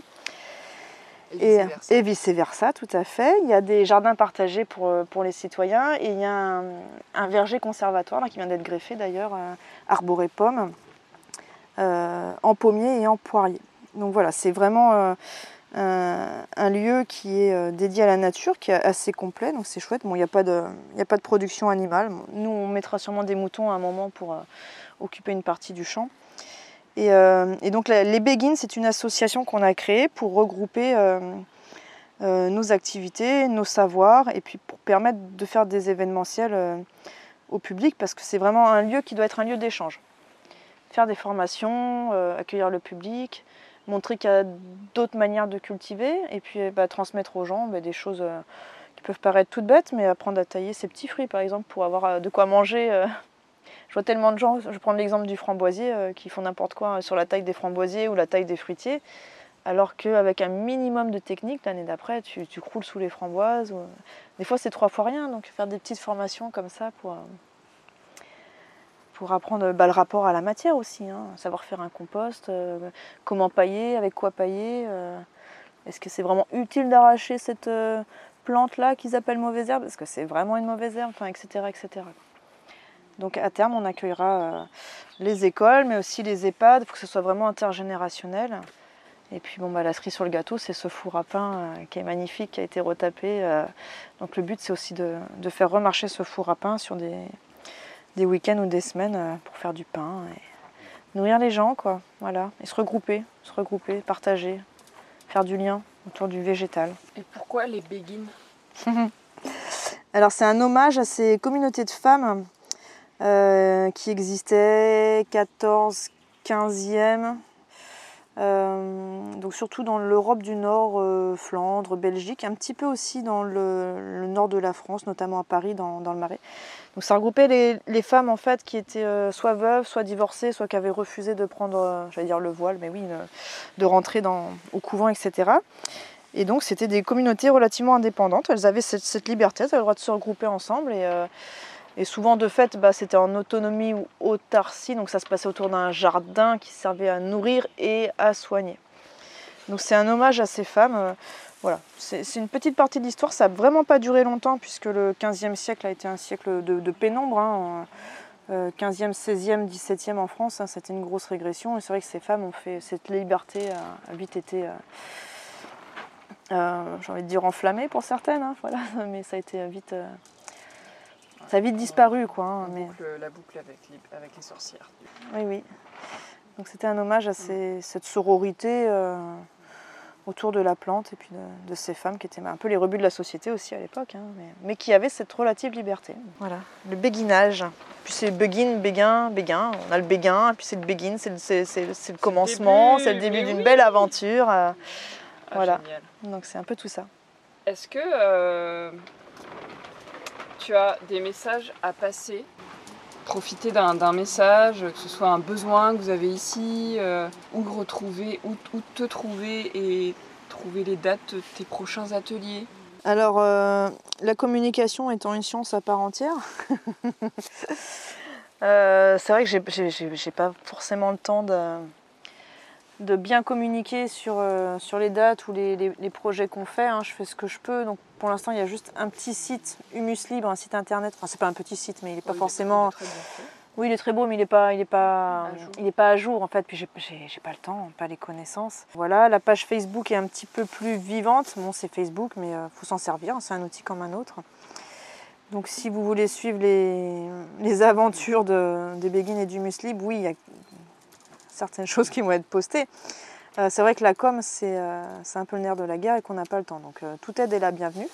Et, et, et vice-versa, tout à fait. Il y a des jardins partagés pour, pour les citoyens et il y a un, un verger conservatoire là, qui vient d'être greffé d'ailleurs, euh, arboré pommes. Euh, en pommier et en poirier. Donc voilà, c'est vraiment euh, un, un lieu qui est euh, dédié à la nature, qui est assez complet, donc c'est chouette. Bon, il n'y a pas de, il n'y a pas de production animale. Nous, on mettra sûrement des moutons à un moment pour euh, occuper une partie du champ. Et, euh, et donc la, les Béguines, c'est une association qu'on a créée pour regrouper euh, euh, nos activités, nos savoirs, et puis pour permettre de faire des événementiels euh, au public, parce que c'est vraiment un lieu qui doit être un lieu d'échange. Faire des formations, euh, accueillir le public, montrer qu'il y a d'autres manières de cultiver et puis bah, transmettre aux gens bah, des choses euh, qui peuvent paraître toutes bêtes, mais apprendre à tailler ses petits fruits par exemple pour avoir euh, de quoi manger. Euh. Je vois tellement de gens, je prends l'exemple du framboisier, euh, qui font n'importe quoi euh, sur la taille des framboisiers ou la taille des fruitiers, alors qu'avec un minimum de technique, l'année d'après, tu, tu croules sous les framboises. Ou... Des fois c'est trois fois rien, donc faire des petites formations comme ça pour... Euh... pour apprendre bah, le rapport à la matière aussi, hein, savoir faire un compost, euh, comment pailler, avec quoi pailler. Euh, est-ce que c'est vraiment utile d'arracher cette euh, plante-là qu'ils appellent mauvaise herbe? Est-ce que c'est vraiment une mauvaise herbe, enfin, et cetera, et cetera. Donc à terme, on accueillera euh, les écoles, mais aussi les EHPAD. Il faut que ce soit vraiment intergénérationnel. Et puis bon, bah, la cerise sur le gâteau, c'est ce four à pain euh, qui est magnifique, qui a été retapé. Euh, donc le but, c'est aussi de, de faire remarcher ce four à pain sur des, des week-ends ou des semaines euh, pour faire du pain et nourrir les gens, quoi. Voilà. Et se regrouper, se regrouper, partager, faire du lien autour du végétal. Et pourquoi les béguines? Alors c'est un hommage à ces communautés de femmes euh, qui existaient quatorze, quinzième. Euh, donc surtout dans l'Europe du Nord, euh, Flandre, Belgique, un petit peu aussi dans le, le nord de la France, notamment à Paris, dans, dans le Marais. Donc ça regroupait les, les femmes en fait qui étaient euh, soit veuves, soit divorcées, soit qui avaient refusé de prendre, euh, j'allais dire le voile, mais oui, de, de rentrer dans, au couvent, et cetera. Et donc c'était des communautés relativement indépendantes. Elles avaient cette, cette liberté, elles avaient le droit de se regrouper ensemble et euh, Et souvent, de fait, bah, c'était en autonomie ou autarcie, donc ça se passait autour d'un jardin qui servait à nourrir et à soigner. Donc c'est un hommage à ces femmes. Euh, voilà. C'est, c'est une petite partie de l'histoire, ça n'a vraiment pas duré longtemps, puisque le quinzième siècle a été un siècle de, de pénombre. Hein. Euh, quinzième, seizième, dix-septième en France, hein, c'était une grosse régression. Et c'est vrai que ces femmes ont fait cette liberté, a, a vite été, euh, euh, j'ai envie de dire, enflammée pour certaines. Hein, voilà. Mais ça a été vite... Euh, Ça a vite disparu, quoi. Hein, la, mais... boucle, la boucle avec les, avec les sorcières. Oui, oui. Donc c'était un hommage à ces, cette sororité euh, autour de la plante et puis de, de ces femmes qui étaient un peu les rebuts de la société aussi à l'époque, hein, mais, mais qui avaient cette relative liberté. Voilà, le béguinage. Puis c'est béguine, béguin, béguin. On a le béguin, et puis c'est le béguine, c'est le, c'est, c'est, c'est le commencement, c'est le début, c'est le début d'une oui. belle aventure. Euh, ah, voilà. Génial. Donc c'est un peu tout ça. Est-ce que... Euh... tu as des messages à passer, profiter d'un, d'un message, que ce soit un besoin que vous avez ici, euh, où retrouver, où, où te trouver et trouver les dates de tes prochains ateliers. Alors, euh, la communication étant une science à part entière, euh, c'est vrai que j'ai, j'ai, j'ai, j'ai pas forcément le temps de, de bien communiquer sur, euh, sur les dates ou les, les, les projets qu'on fait. Hein. Je fais ce que je peux. Donc, pour l'instant, il y a juste un petit site, Humus Libre, un site internet. Enfin, c'est pas un petit site, mais il n'est pas oui, forcément... Il est oui, il est très beau, mais il n'est pas, il est pas, il est pas à jour, en fait. Puis, j'ai, j'ai, j'ai pas le temps, pas les connaissances. Voilà, la page Facebook est un petit peu plus vivante. Bon, c'est Facebook, mais il euh, faut s'en servir. C'est un outil comme un autre. Donc, si vous voulez suivre les, les aventures de, des béguines et du Humus Libre, oui, il y a certaines choses qui vont être postées. Euh, c'est vrai que la com, c'est, euh, c'est un peu le nerf de la guerre et qu'on n'a pas le temps. Donc, euh, toute aide est la bienvenue.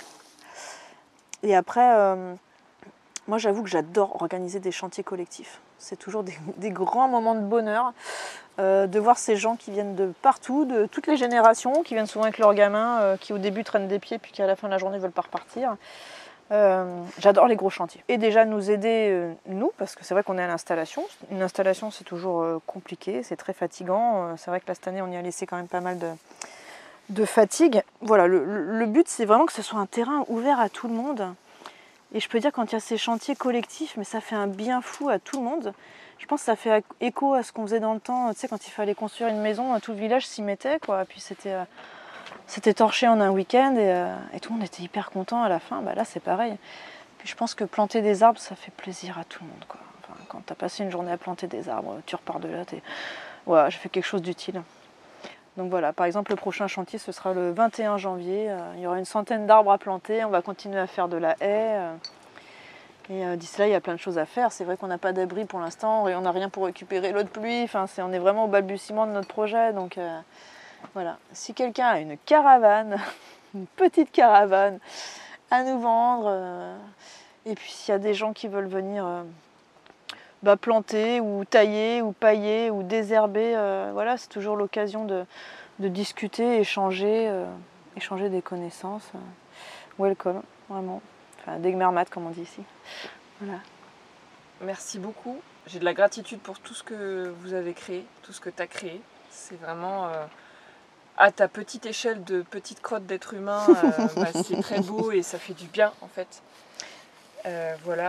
Et après, euh, moi, j'avoue que j'adore organiser des chantiers collectifs. C'est toujours des, des grands moments de bonheur euh, de voir ces gens qui viennent de partout, de toutes les générations, qui viennent souvent avec leurs gamins, euh, qui au début traînent des pieds, puis qui à la fin de la journée ne veulent pas repartir. Euh, j'adore les gros chantiers. Et déjà nous aider, euh, nous, parce que c'est vrai qu'on est à l'installation. Une installation, c'est toujours euh, compliqué, c'est très fatigant. Euh, c'est vrai que là, cette année, on y a laissé quand même pas mal de, de fatigue. Voilà, le, le but, c'est vraiment que ce soit un terrain ouvert à tout le monde. Et je peux dire, quand il y a ces chantiers collectifs, mais ça fait un bien fou à tout le monde. Je pense que ça fait écho à ce qu'on faisait dans le temps. Tu sais, quand il fallait construire une maison, tout le village s'y mettait, quoi. Puis c'était... Euh, C'était torché en un week-end et, euh, et tout le monde était hyper content à la fin. Bah là, c'est pareil. Puis je pense que planter des arbres, ça fait plaisir à tout le monde, quoi. Enfin, quand tu as passé une journée à planter des arbres, tu repars de là, tu es... Ouais, j'ai fait quelque chose d'utile. Donc voilà, par exemple, le prochain chantier, ce sera le vingt et un janvier. Euh, il y aura une centaine d'arbres à planter. On va continuer à faire de la haie. Euh, et euh, d'ici là, il y a plein de choses à faire. C'est vrai qu'on n'a pas d'abri pour l'instant et on n'a rien pour récupérer l'eau de pluie. Enfin, c'est, on est vraiment au balbutiement de notre projet. Donc... Euh, Voilà, si quelqu'un a une caravane, une petite caravane à nous vendre, euh, et puis s'il y a des gens qui veulent venir euh, bah, planter ou tailler ou pailler ou désherber, euh, voilà, c'est toujours l'occasion de, de discuter, échanger, euh, échanger des connaissances. Euh, welcome, vraiment. Enfin, degmermat comme on dit ici. Voilà. Merci beaucoup. J'ai de la gratitude pour tout ce que vous avez créé, tout ce que tu as créé. C'est vraiment... Euh... à ta petite échelle de petite crotte d'être humain, euh, bah, c'est très beau et ça fait du bien en fait. Euh, voilà.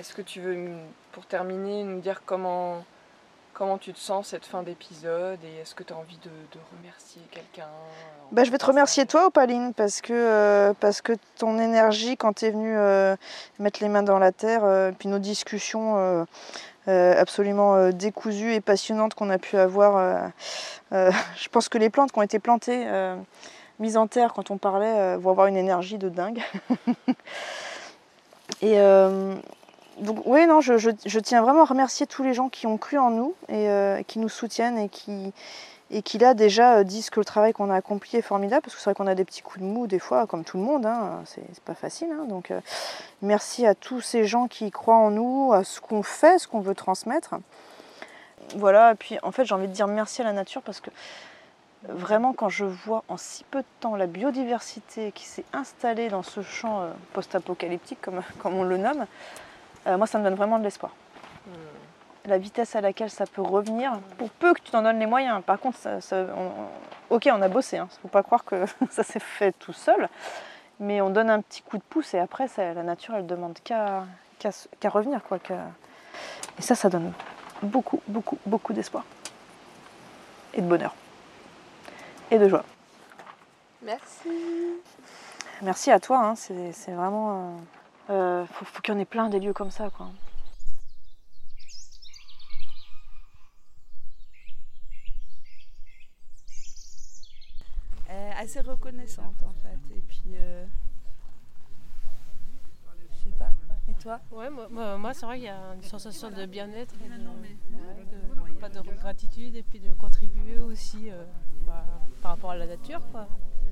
Est-ce que tu veux, pour terminer, nous dire comment, comment tu te sens cette fin d'épisode et est-ce que tu as envie de, de remercier quelqu'un? Bah, je vais te remercier toi, Opaline, parce que, euh, parce que ton énergie quand tu es venue euh, mettre les mains dans la terre, euh, puis nos discussions euh, euh, absolument euh, décousues et passionnantes qu'on a pu avoir. Euh, euh, je pense que les plantes qui ont été plantées, euh, mises en terre quand on parlait, euh, vont avoir une énergie de dingue. et... Euh, Donc oui, non, je, je, je tiens vraiment à remercier tous les gens qui ont cru en nous et euh, qui nous soutiennent et qui, et qui là déjà euh, disent que le travail qu'on a accompli est formidable, parce que c'est vrai qu'on a des petits coups de mou des fois, comme tout le monde, hein, c'est, c'est pas facile. Hein, donc euh, merci à tous ces gens qui croient en nous, à ce qu'on fait, ce qu'on veut transmettre. Voilà, et puis en fait j'ai envie de dire merci à la nature, parce que vraiment quand je vois en si peu de temps la biodiversité qui s'est installée dans ce champ euh, post-apocalyptique, comme, comme on le nomme, Euh, moi, ça me donne vraiment de l'espoir. Mmh. La vitesse à laquelle ça peut revenir, pour peu que tu t'en donnes les moyens. Par contre, ça, ça, on, on, ok, on a bossé, il hein. ne faut pas croire que ça s'est fait tout seul, mais on donne un petit coup de pouce et après, ça, la nature, elle ne demande qu'à, qu'à, qu'à revenir. Quoi, qu'à... Et ça, ça donne beaucoup, beaucoup, beaucoup d'espoir. Et de bonheur. Et de joie. Merci. Merci à toi, hein. c'est, c'est vraiment... Euh... Euh, faut, faut qu'il y en ait plein des lieux comme ça, quoi. Euh, assez reconnaissante en fait. Et puis, euh... je sais pas. Et toi? Ouais, moi, moi, moi c'est vrai qu'il y a une sensation de bien-être, et de, de, pas de gratitude et puis de contribuer aussi euh, bah, par rapport à la nature, quoi.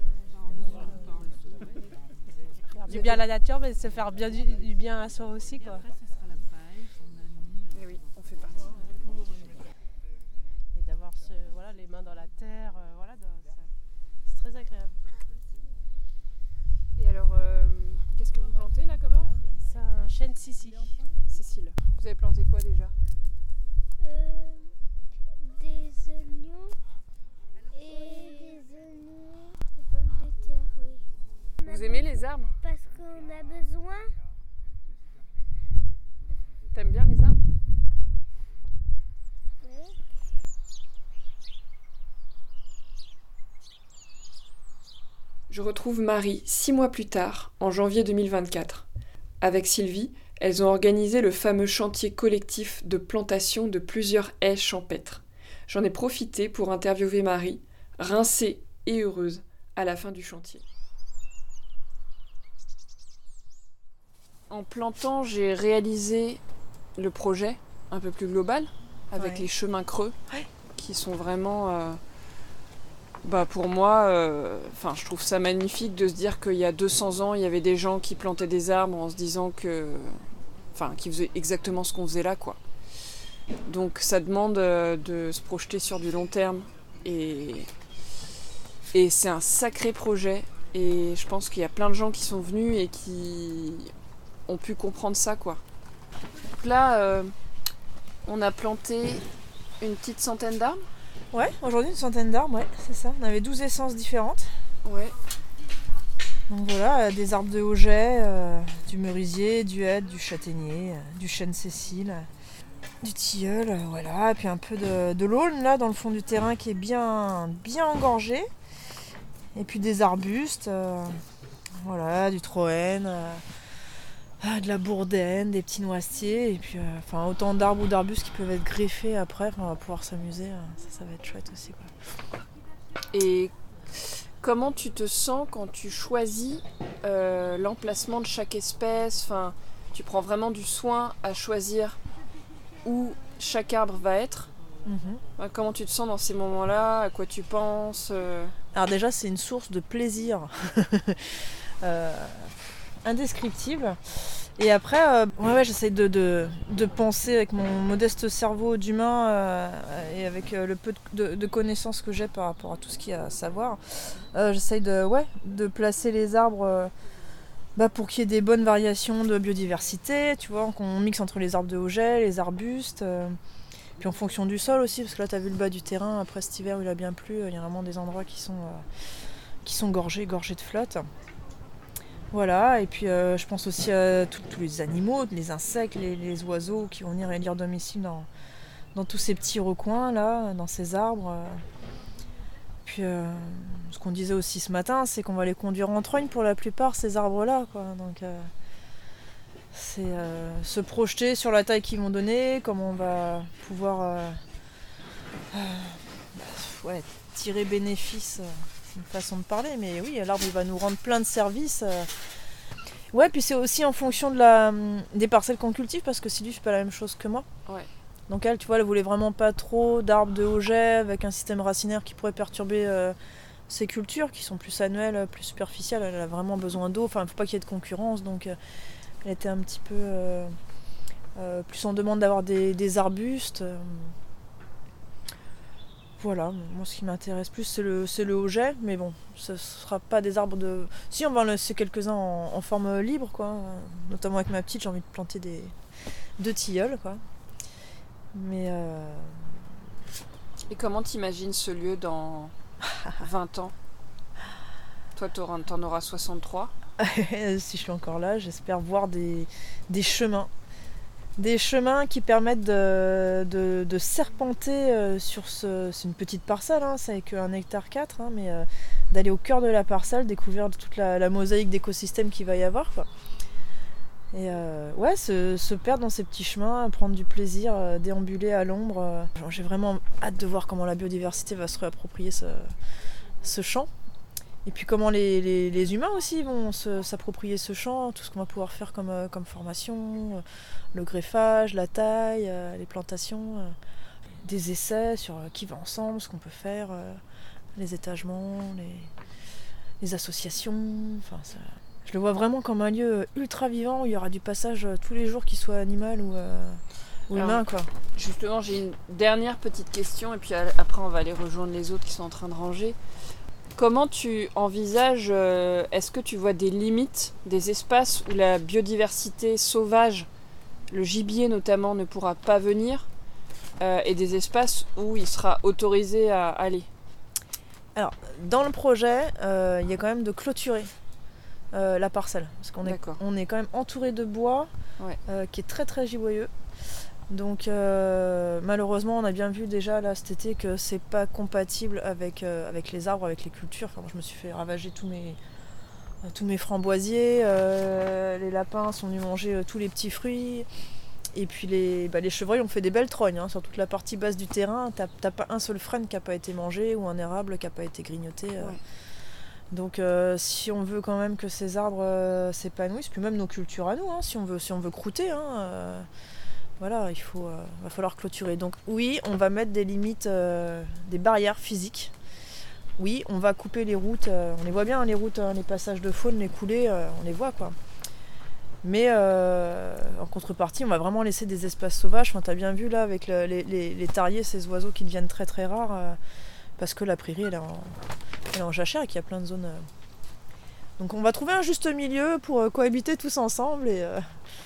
Faire du bien à la nature, mais se faire bien du, du bien à soi aussi, quoi. Et oui, on fait partie. Et d'avoir ce, voilà, les mains dans la terre, euh, voilà, dans, ça, c'est très agréable. Et alors, euh, qu'est-ce que vous plantez là comme arbre? C'est un chêne Sissi. Cécile, vous avez planté quoi déjà? Euh, des oignons et des oignons, des pommes de terre, oui. Vous aimez les arbres? Parce qu'on a besoin. T'aimes bien les arbres? Oui. Je retrouve Marie six mois plus tard, en janvier deux mille vingt-quatre. Avec Sylvie, elles ont organisé le fameux chantier collectif de plantation de plusieurs haies champêtres. J'en ai profité pour interviewer Marie, rincée et heureuse, à la fin du chantier. En plantant, j'ai réalisé le projet un peu plus global, avec ouais. les chemins creux, ouais. qui sont vraiment... Euh, bah pour moi, euh, je trouve ça magnifique de se dire qu'il y a deux cents ans, il y avait des gens qui plantaient des arbres en se disant que... Enfin, qui faisaient exactement ce qu'on faisait là, quoi. Donc ça demande euh, de se projeter sur du long terme. Et, et c'est un sacré projet. Et je pense qu'il y a plein de gens qui sont venus et qui ont pu comprendre ça, quoi. Donc là, euh, on a planté une petite centaine d'arbres. Ouais, aujourd'hui une centaine d'arbres, ouais, c'est ça. On avait douze essences différentes. Ouais. Donc voilà, des arbres de Auget, euh, du merisier, du hêtre, du châtaignier, euh, du chêne Cécile, du tilleul, euh, voilà. Et puis un peu de, de l'aulne là dans le fond du terrain qui est bien, bien engorgé. Et puis des arbustes, euh, voilà, du troène, euh, de la bourdaine, des petits noisetiers, et puis euh, enfin autant d'arbres ou d'arbustes qui peuvent être greffés après, on va pouvoir s'amuser, ça, ça va être chouette aussi, quoi. Et comment tu te sens quand tu choisis euh, l'emplacement de chaque espèce? Enfin, tu prends vraiment du soin à choisir où chaque arbre va être. Mm-hmm. Comment tu te sens dans ces moments-là? À quoi tu penses? euh... Alors déjà, c'est une source de plaisir euh, indescriptible. Et après, euh, ouais, ouais, j'essaye de, de, de penser avec mon modeste cerveau d'humain euh, et avec euh, le peu de, de, de connaissances que j'ai par rapport à tout ce qu'il y a à savoir. Euh, j'essaye de, ouais, de placer les arbres euh, bah, pour qu'il y ait des bonnes variations de biodiversité, tu vois, qu'on mixe entre les arbres de Auget, les arbustes, euh, puis en fonction du sol aussi, parce que là, tu as vu le bas du terrain, après cet hiver où il a bien plu, il y a vraiment des endroits qui sont, euh, qui sont gorgés, gorgés de flotte. Voilà, et puis euh, je pense aussi à tout- tous les animaux, les insectes, les, les oiseaux qui vont venir élire domicile dans, dans tous ces petits recoins là, dans ces arbres. Puis euh, ce qu'on disait aussi ce matin, c'est qu'on va les conduire en trogne pour la plupart, ces arbres-là, quoi. Donc euh, c'est euh, se projeter sur la taille qu'ils vont donner, comment on va pouvoir euh, euh, bah, ouais, tirer bénéfice. Euh, c'est une façon de parler, mais oui, l'arbre il va nous rendre plein de services. Euh. Ouais, puis c'est aussi en fonction de la, des parcelles qu'on cultive, parce que Sylvie fait pas la même chose que moi. Ouais. Donc elle, tu vois, elle voulait vraiment pas trop d'arbres de haut jet avec un système racinaire qui pourrait perturber euh, ses cultures, qui sont plus annuelles, plus superficielles. Elle a vraiment besoin d'eau. Enfin, il ne faut pas qu'il y ait de concurrence. Donc euh, elle était un petit peu euh, euh, plus en demande d'avoir des, des arbustes. Euh. Voilà, moi ce qui m'intéresse plus c'est le, c'est le haut jet, mais bon, ce ne sera pas des arbres de... Si, on va en laisser quelques-uns en, en forme libre, quoi. Notamment avec ma petite, j'ai envie de planter des deux tilleuls, quoi. Mais euh... Et comment t'imagines ce lieu dans vingt ans? Toi, t'en auras soixante-trois. Si je suis encore là, j'espère voir des, des chemins. Des chemins qui permettent de, de, de serpenter sur ce... C'est une petite parcelle, hein, c'est qu'un hectare quatre, hein, mais euh, d'aller au cœur de la parcelle, découvrir toute la, la mosaïque d'écosystèmes qu'il va y avoir, quoi. Et euh, ouais, se, se perdre dans ces petits chemins, prendre du plaisir, euh, déambuler à l'ombre. Euh. J'ai vraiment hâte de voir comment la biodiversité va se réapproprier ce, ce champ. Et puis comment les, les, les humains aussi vont se, s'approprier ce champ, tout ce qu'on va pouvoir faire comme, euh, comme formation, euh, le greffage, la taille, euh, les plantations, euh, des essais sur euh, qui va ensemble, ce qu'on peut faire, euh, les étagements, les, les associations, enfin ça... Je le vois vraiment comme un lieu ultra vivant où il y aura du passage tous les jours, qu'il soit animal ou, euh, ou Alors, humain, quoi. Justement, j'ai une dernière petite question et puis après on va aller rejoindre les autres qui sont en train de ranger. Comment tu envisages, euh, est-ce que tu vois des limites, des espaces où la biodiversité sauvage, le gibier notamment, ne pourra pas venir euh, et des espaces où il sera autorisé à aller? Alors, dans le projet, euh, il y a quand même de clôturer Euh, la parcelle, parce qu'on est, on est quand même entouré de bois, ouais. euh, qui est très très giboyeux. Donc euh, malheureusement on a bien vu déjà là cet été que c'est pas compatible avec, euh, avec les arbres, avec les cultures. Enfin, moi, je me suis fait ravager tous mes, euh, tous mes framboisiers, euh, les lapins sont venus manger euh, tous les petits fruits. Et puis les, bah, les chevreuils ont fait des belles trognes, hein, sur toute la partie basse du terrain. T'as, t'as pas un seul frêne qui n'a pas été mangé ou un érable qui n'a pas été grignoté. Euh. Ouais. Donc euh, si on veut quand même que ces arbres euh, s'épanouissent, puis même nos cultures à nous, hein, si on veut, si on veut croûter, hein, euh, voilà, il faut, euh, va falloir clôturer. Donc oui, on va mettre des limites, euh, des barrières physiques. Oui, on va couper les routes, euh, on les voit bien, hein, les routes, hein, les passages de faune, les coulées, euh, on les voit, quoi. Mais euh, en contrepartie, on va vraiment laisser des espaces sauvages. Enfin, t'as bien vu là avec le, les, les, les tariers, ces oiseaux qui deviennent très très rares, euh, parce que la prairie elle est en, elle est en jachère et qu'il y a plein de zones. Euh... Donc on va trouver un juste milieu pour euh, cohabiter tous ensemble et, euh,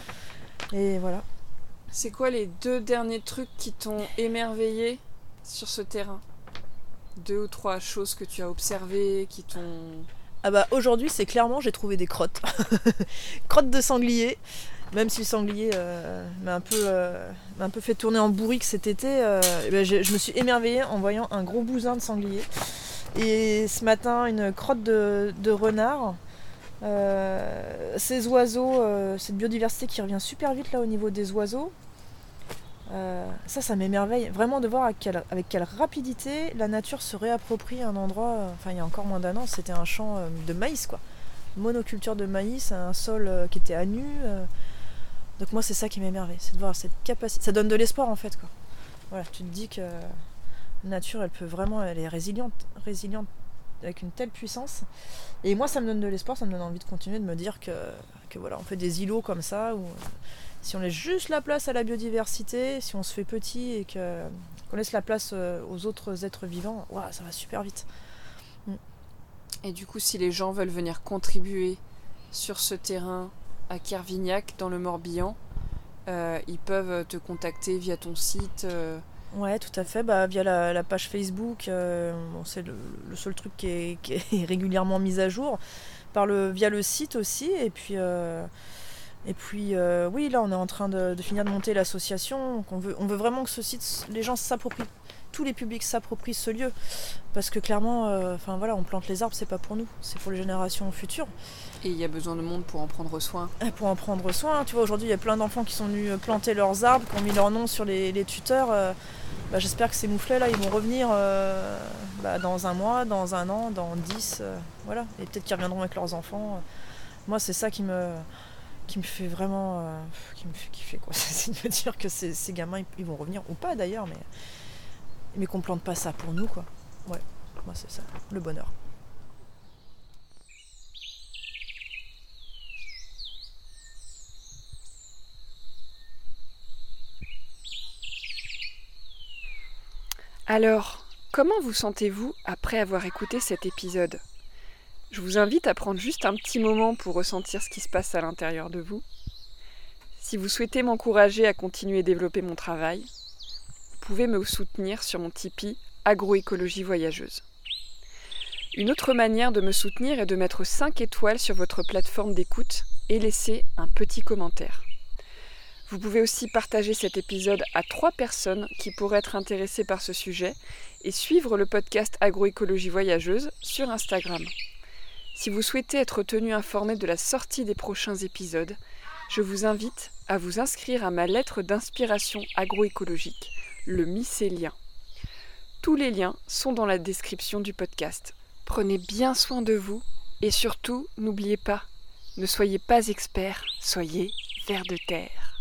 et voilà. C'est quoi les deux derniers trucs qui t'ont émerveillé sur ce terrain? Deux ou trois choses que tu as observées qui t'ont... Ah bah aujourd'hui c'est clairement j'ai trouvé des crottes. Crottes de sanglier. Même si le sanglier euh, m'a un peu, euh, m'a un peu fait tourner en bourrique cet été, euh, et ben je, je me suis émerveillée en voyant un gros bousin de sanglier. Et ce matin, une crotte de, de renard. Euh, ces oiseaux, euh, cette biodiversité qui revient super vite là au niveau des oiseaux. Euh, ça, ça m'émerveille vraiment de voir avec quelle, avec quelle rapidité la nature se réapproprie un endroit. Euh, enfin, il y a encore moins d'un an, c'était un champ euh, de maïs, quoi. Monoculture de maïs, un sol euh, qui était à nu. Euh, Donc moi c'est ça qui m'émerveille, c'est de voir cette capacité. Ça donne de l'espoir en fait, quoi. Voilà, tu te dis que la nature elle peut vraiment, elle est résiliente, résiliente avec une telle puissance. Et moi ça me donne de l'espoir, ça me donne envie de continuer, de me dire que, que voilà, on fait des îlots comme ça, où si on laisse juste la place à la biodiversité, si on se fait petit et que, qu'on laisse la place aux autres êtres vivants, wow, ça va super vite. Mm. Et du coup si les gens veulent venir contribuer sur ce terrain à Kervignac, dans le Morbihan, euh, ils peuvent te contacter via ton site. Euh... Ouais, tout à fait, bah, via la, la page Facebook. Euh, bon, c'est le, le seul truc qui est, qui est régulièrement mis à jour. par le, via le site aussi. Et puis, euh, et puis euh, oui, là, on est en train de, de finir de monter l'association. Donc on veut, on veut vraiment que ce site, les gens s'approprient, tous les publics s'approprient ce lieu. Parce que clairement, euh, enfin, voilà, on plante les arbres, c'est pas pour nous, c'est pour les générations futures. Et il y a besoin de monde pour en prendre soin. Et pour en prendre soin, tu vois, aujourd'hui, il y a plein d'enfants qui sont venus planter leurs arbres, qui ont mis leur nom sur les, les tuteurs. Euh, bah, j'espère que ces mouflets-là, ils vont revenir euh, bah, dans un mois, dans un an, dans dix, euh, voilà. Et peut-être qu'ils reviendront avec leurs enfants. Moi, c'est ça qui me, qui me fait vraiment, euh, qui me fait kiffer, quoi. C'est de me dire que ces, ces gamins, ils, ils vont revenir, ou pas d'ailleurs, mais, mais qu'on plante pas ça pour nous, quoi. Ouais, moi, c'est ça, le bonheur. Alors, comment vous sentez-vous après avoir écouté cet épisode ? Je vous invite à prendre juste un petit moment pour ressentir ce qui se passe à l'intérieur de vous. Si vous souhaitez m'encourager à continuer à développer mon travail, vous pouvez me soutenir sur mon Tipeee Agroécologie Voyageuse. Une autre manière de me soutenir est de mettre cinq étoiles sur votre plateforme d'écoute et laisser un petit commentaire. Vous pouvez aussi partager cet épisode à trois personnes qui pourraient être intéressées par ce sujet et suivre le podcast Agroécologie Voyageuse sur Instagram. Si vous souhaitez être tenu informé de la sortie des prochains épisodes, je vous invite à vous inscrire à ma lettre d'inspiration agroécologique, le mycélien. Tous les liens sont dans la description du podcast. Prenez bien soin de vous et surtout, n'oubliez pas, ne soyez pas expert, soyez vers de terre.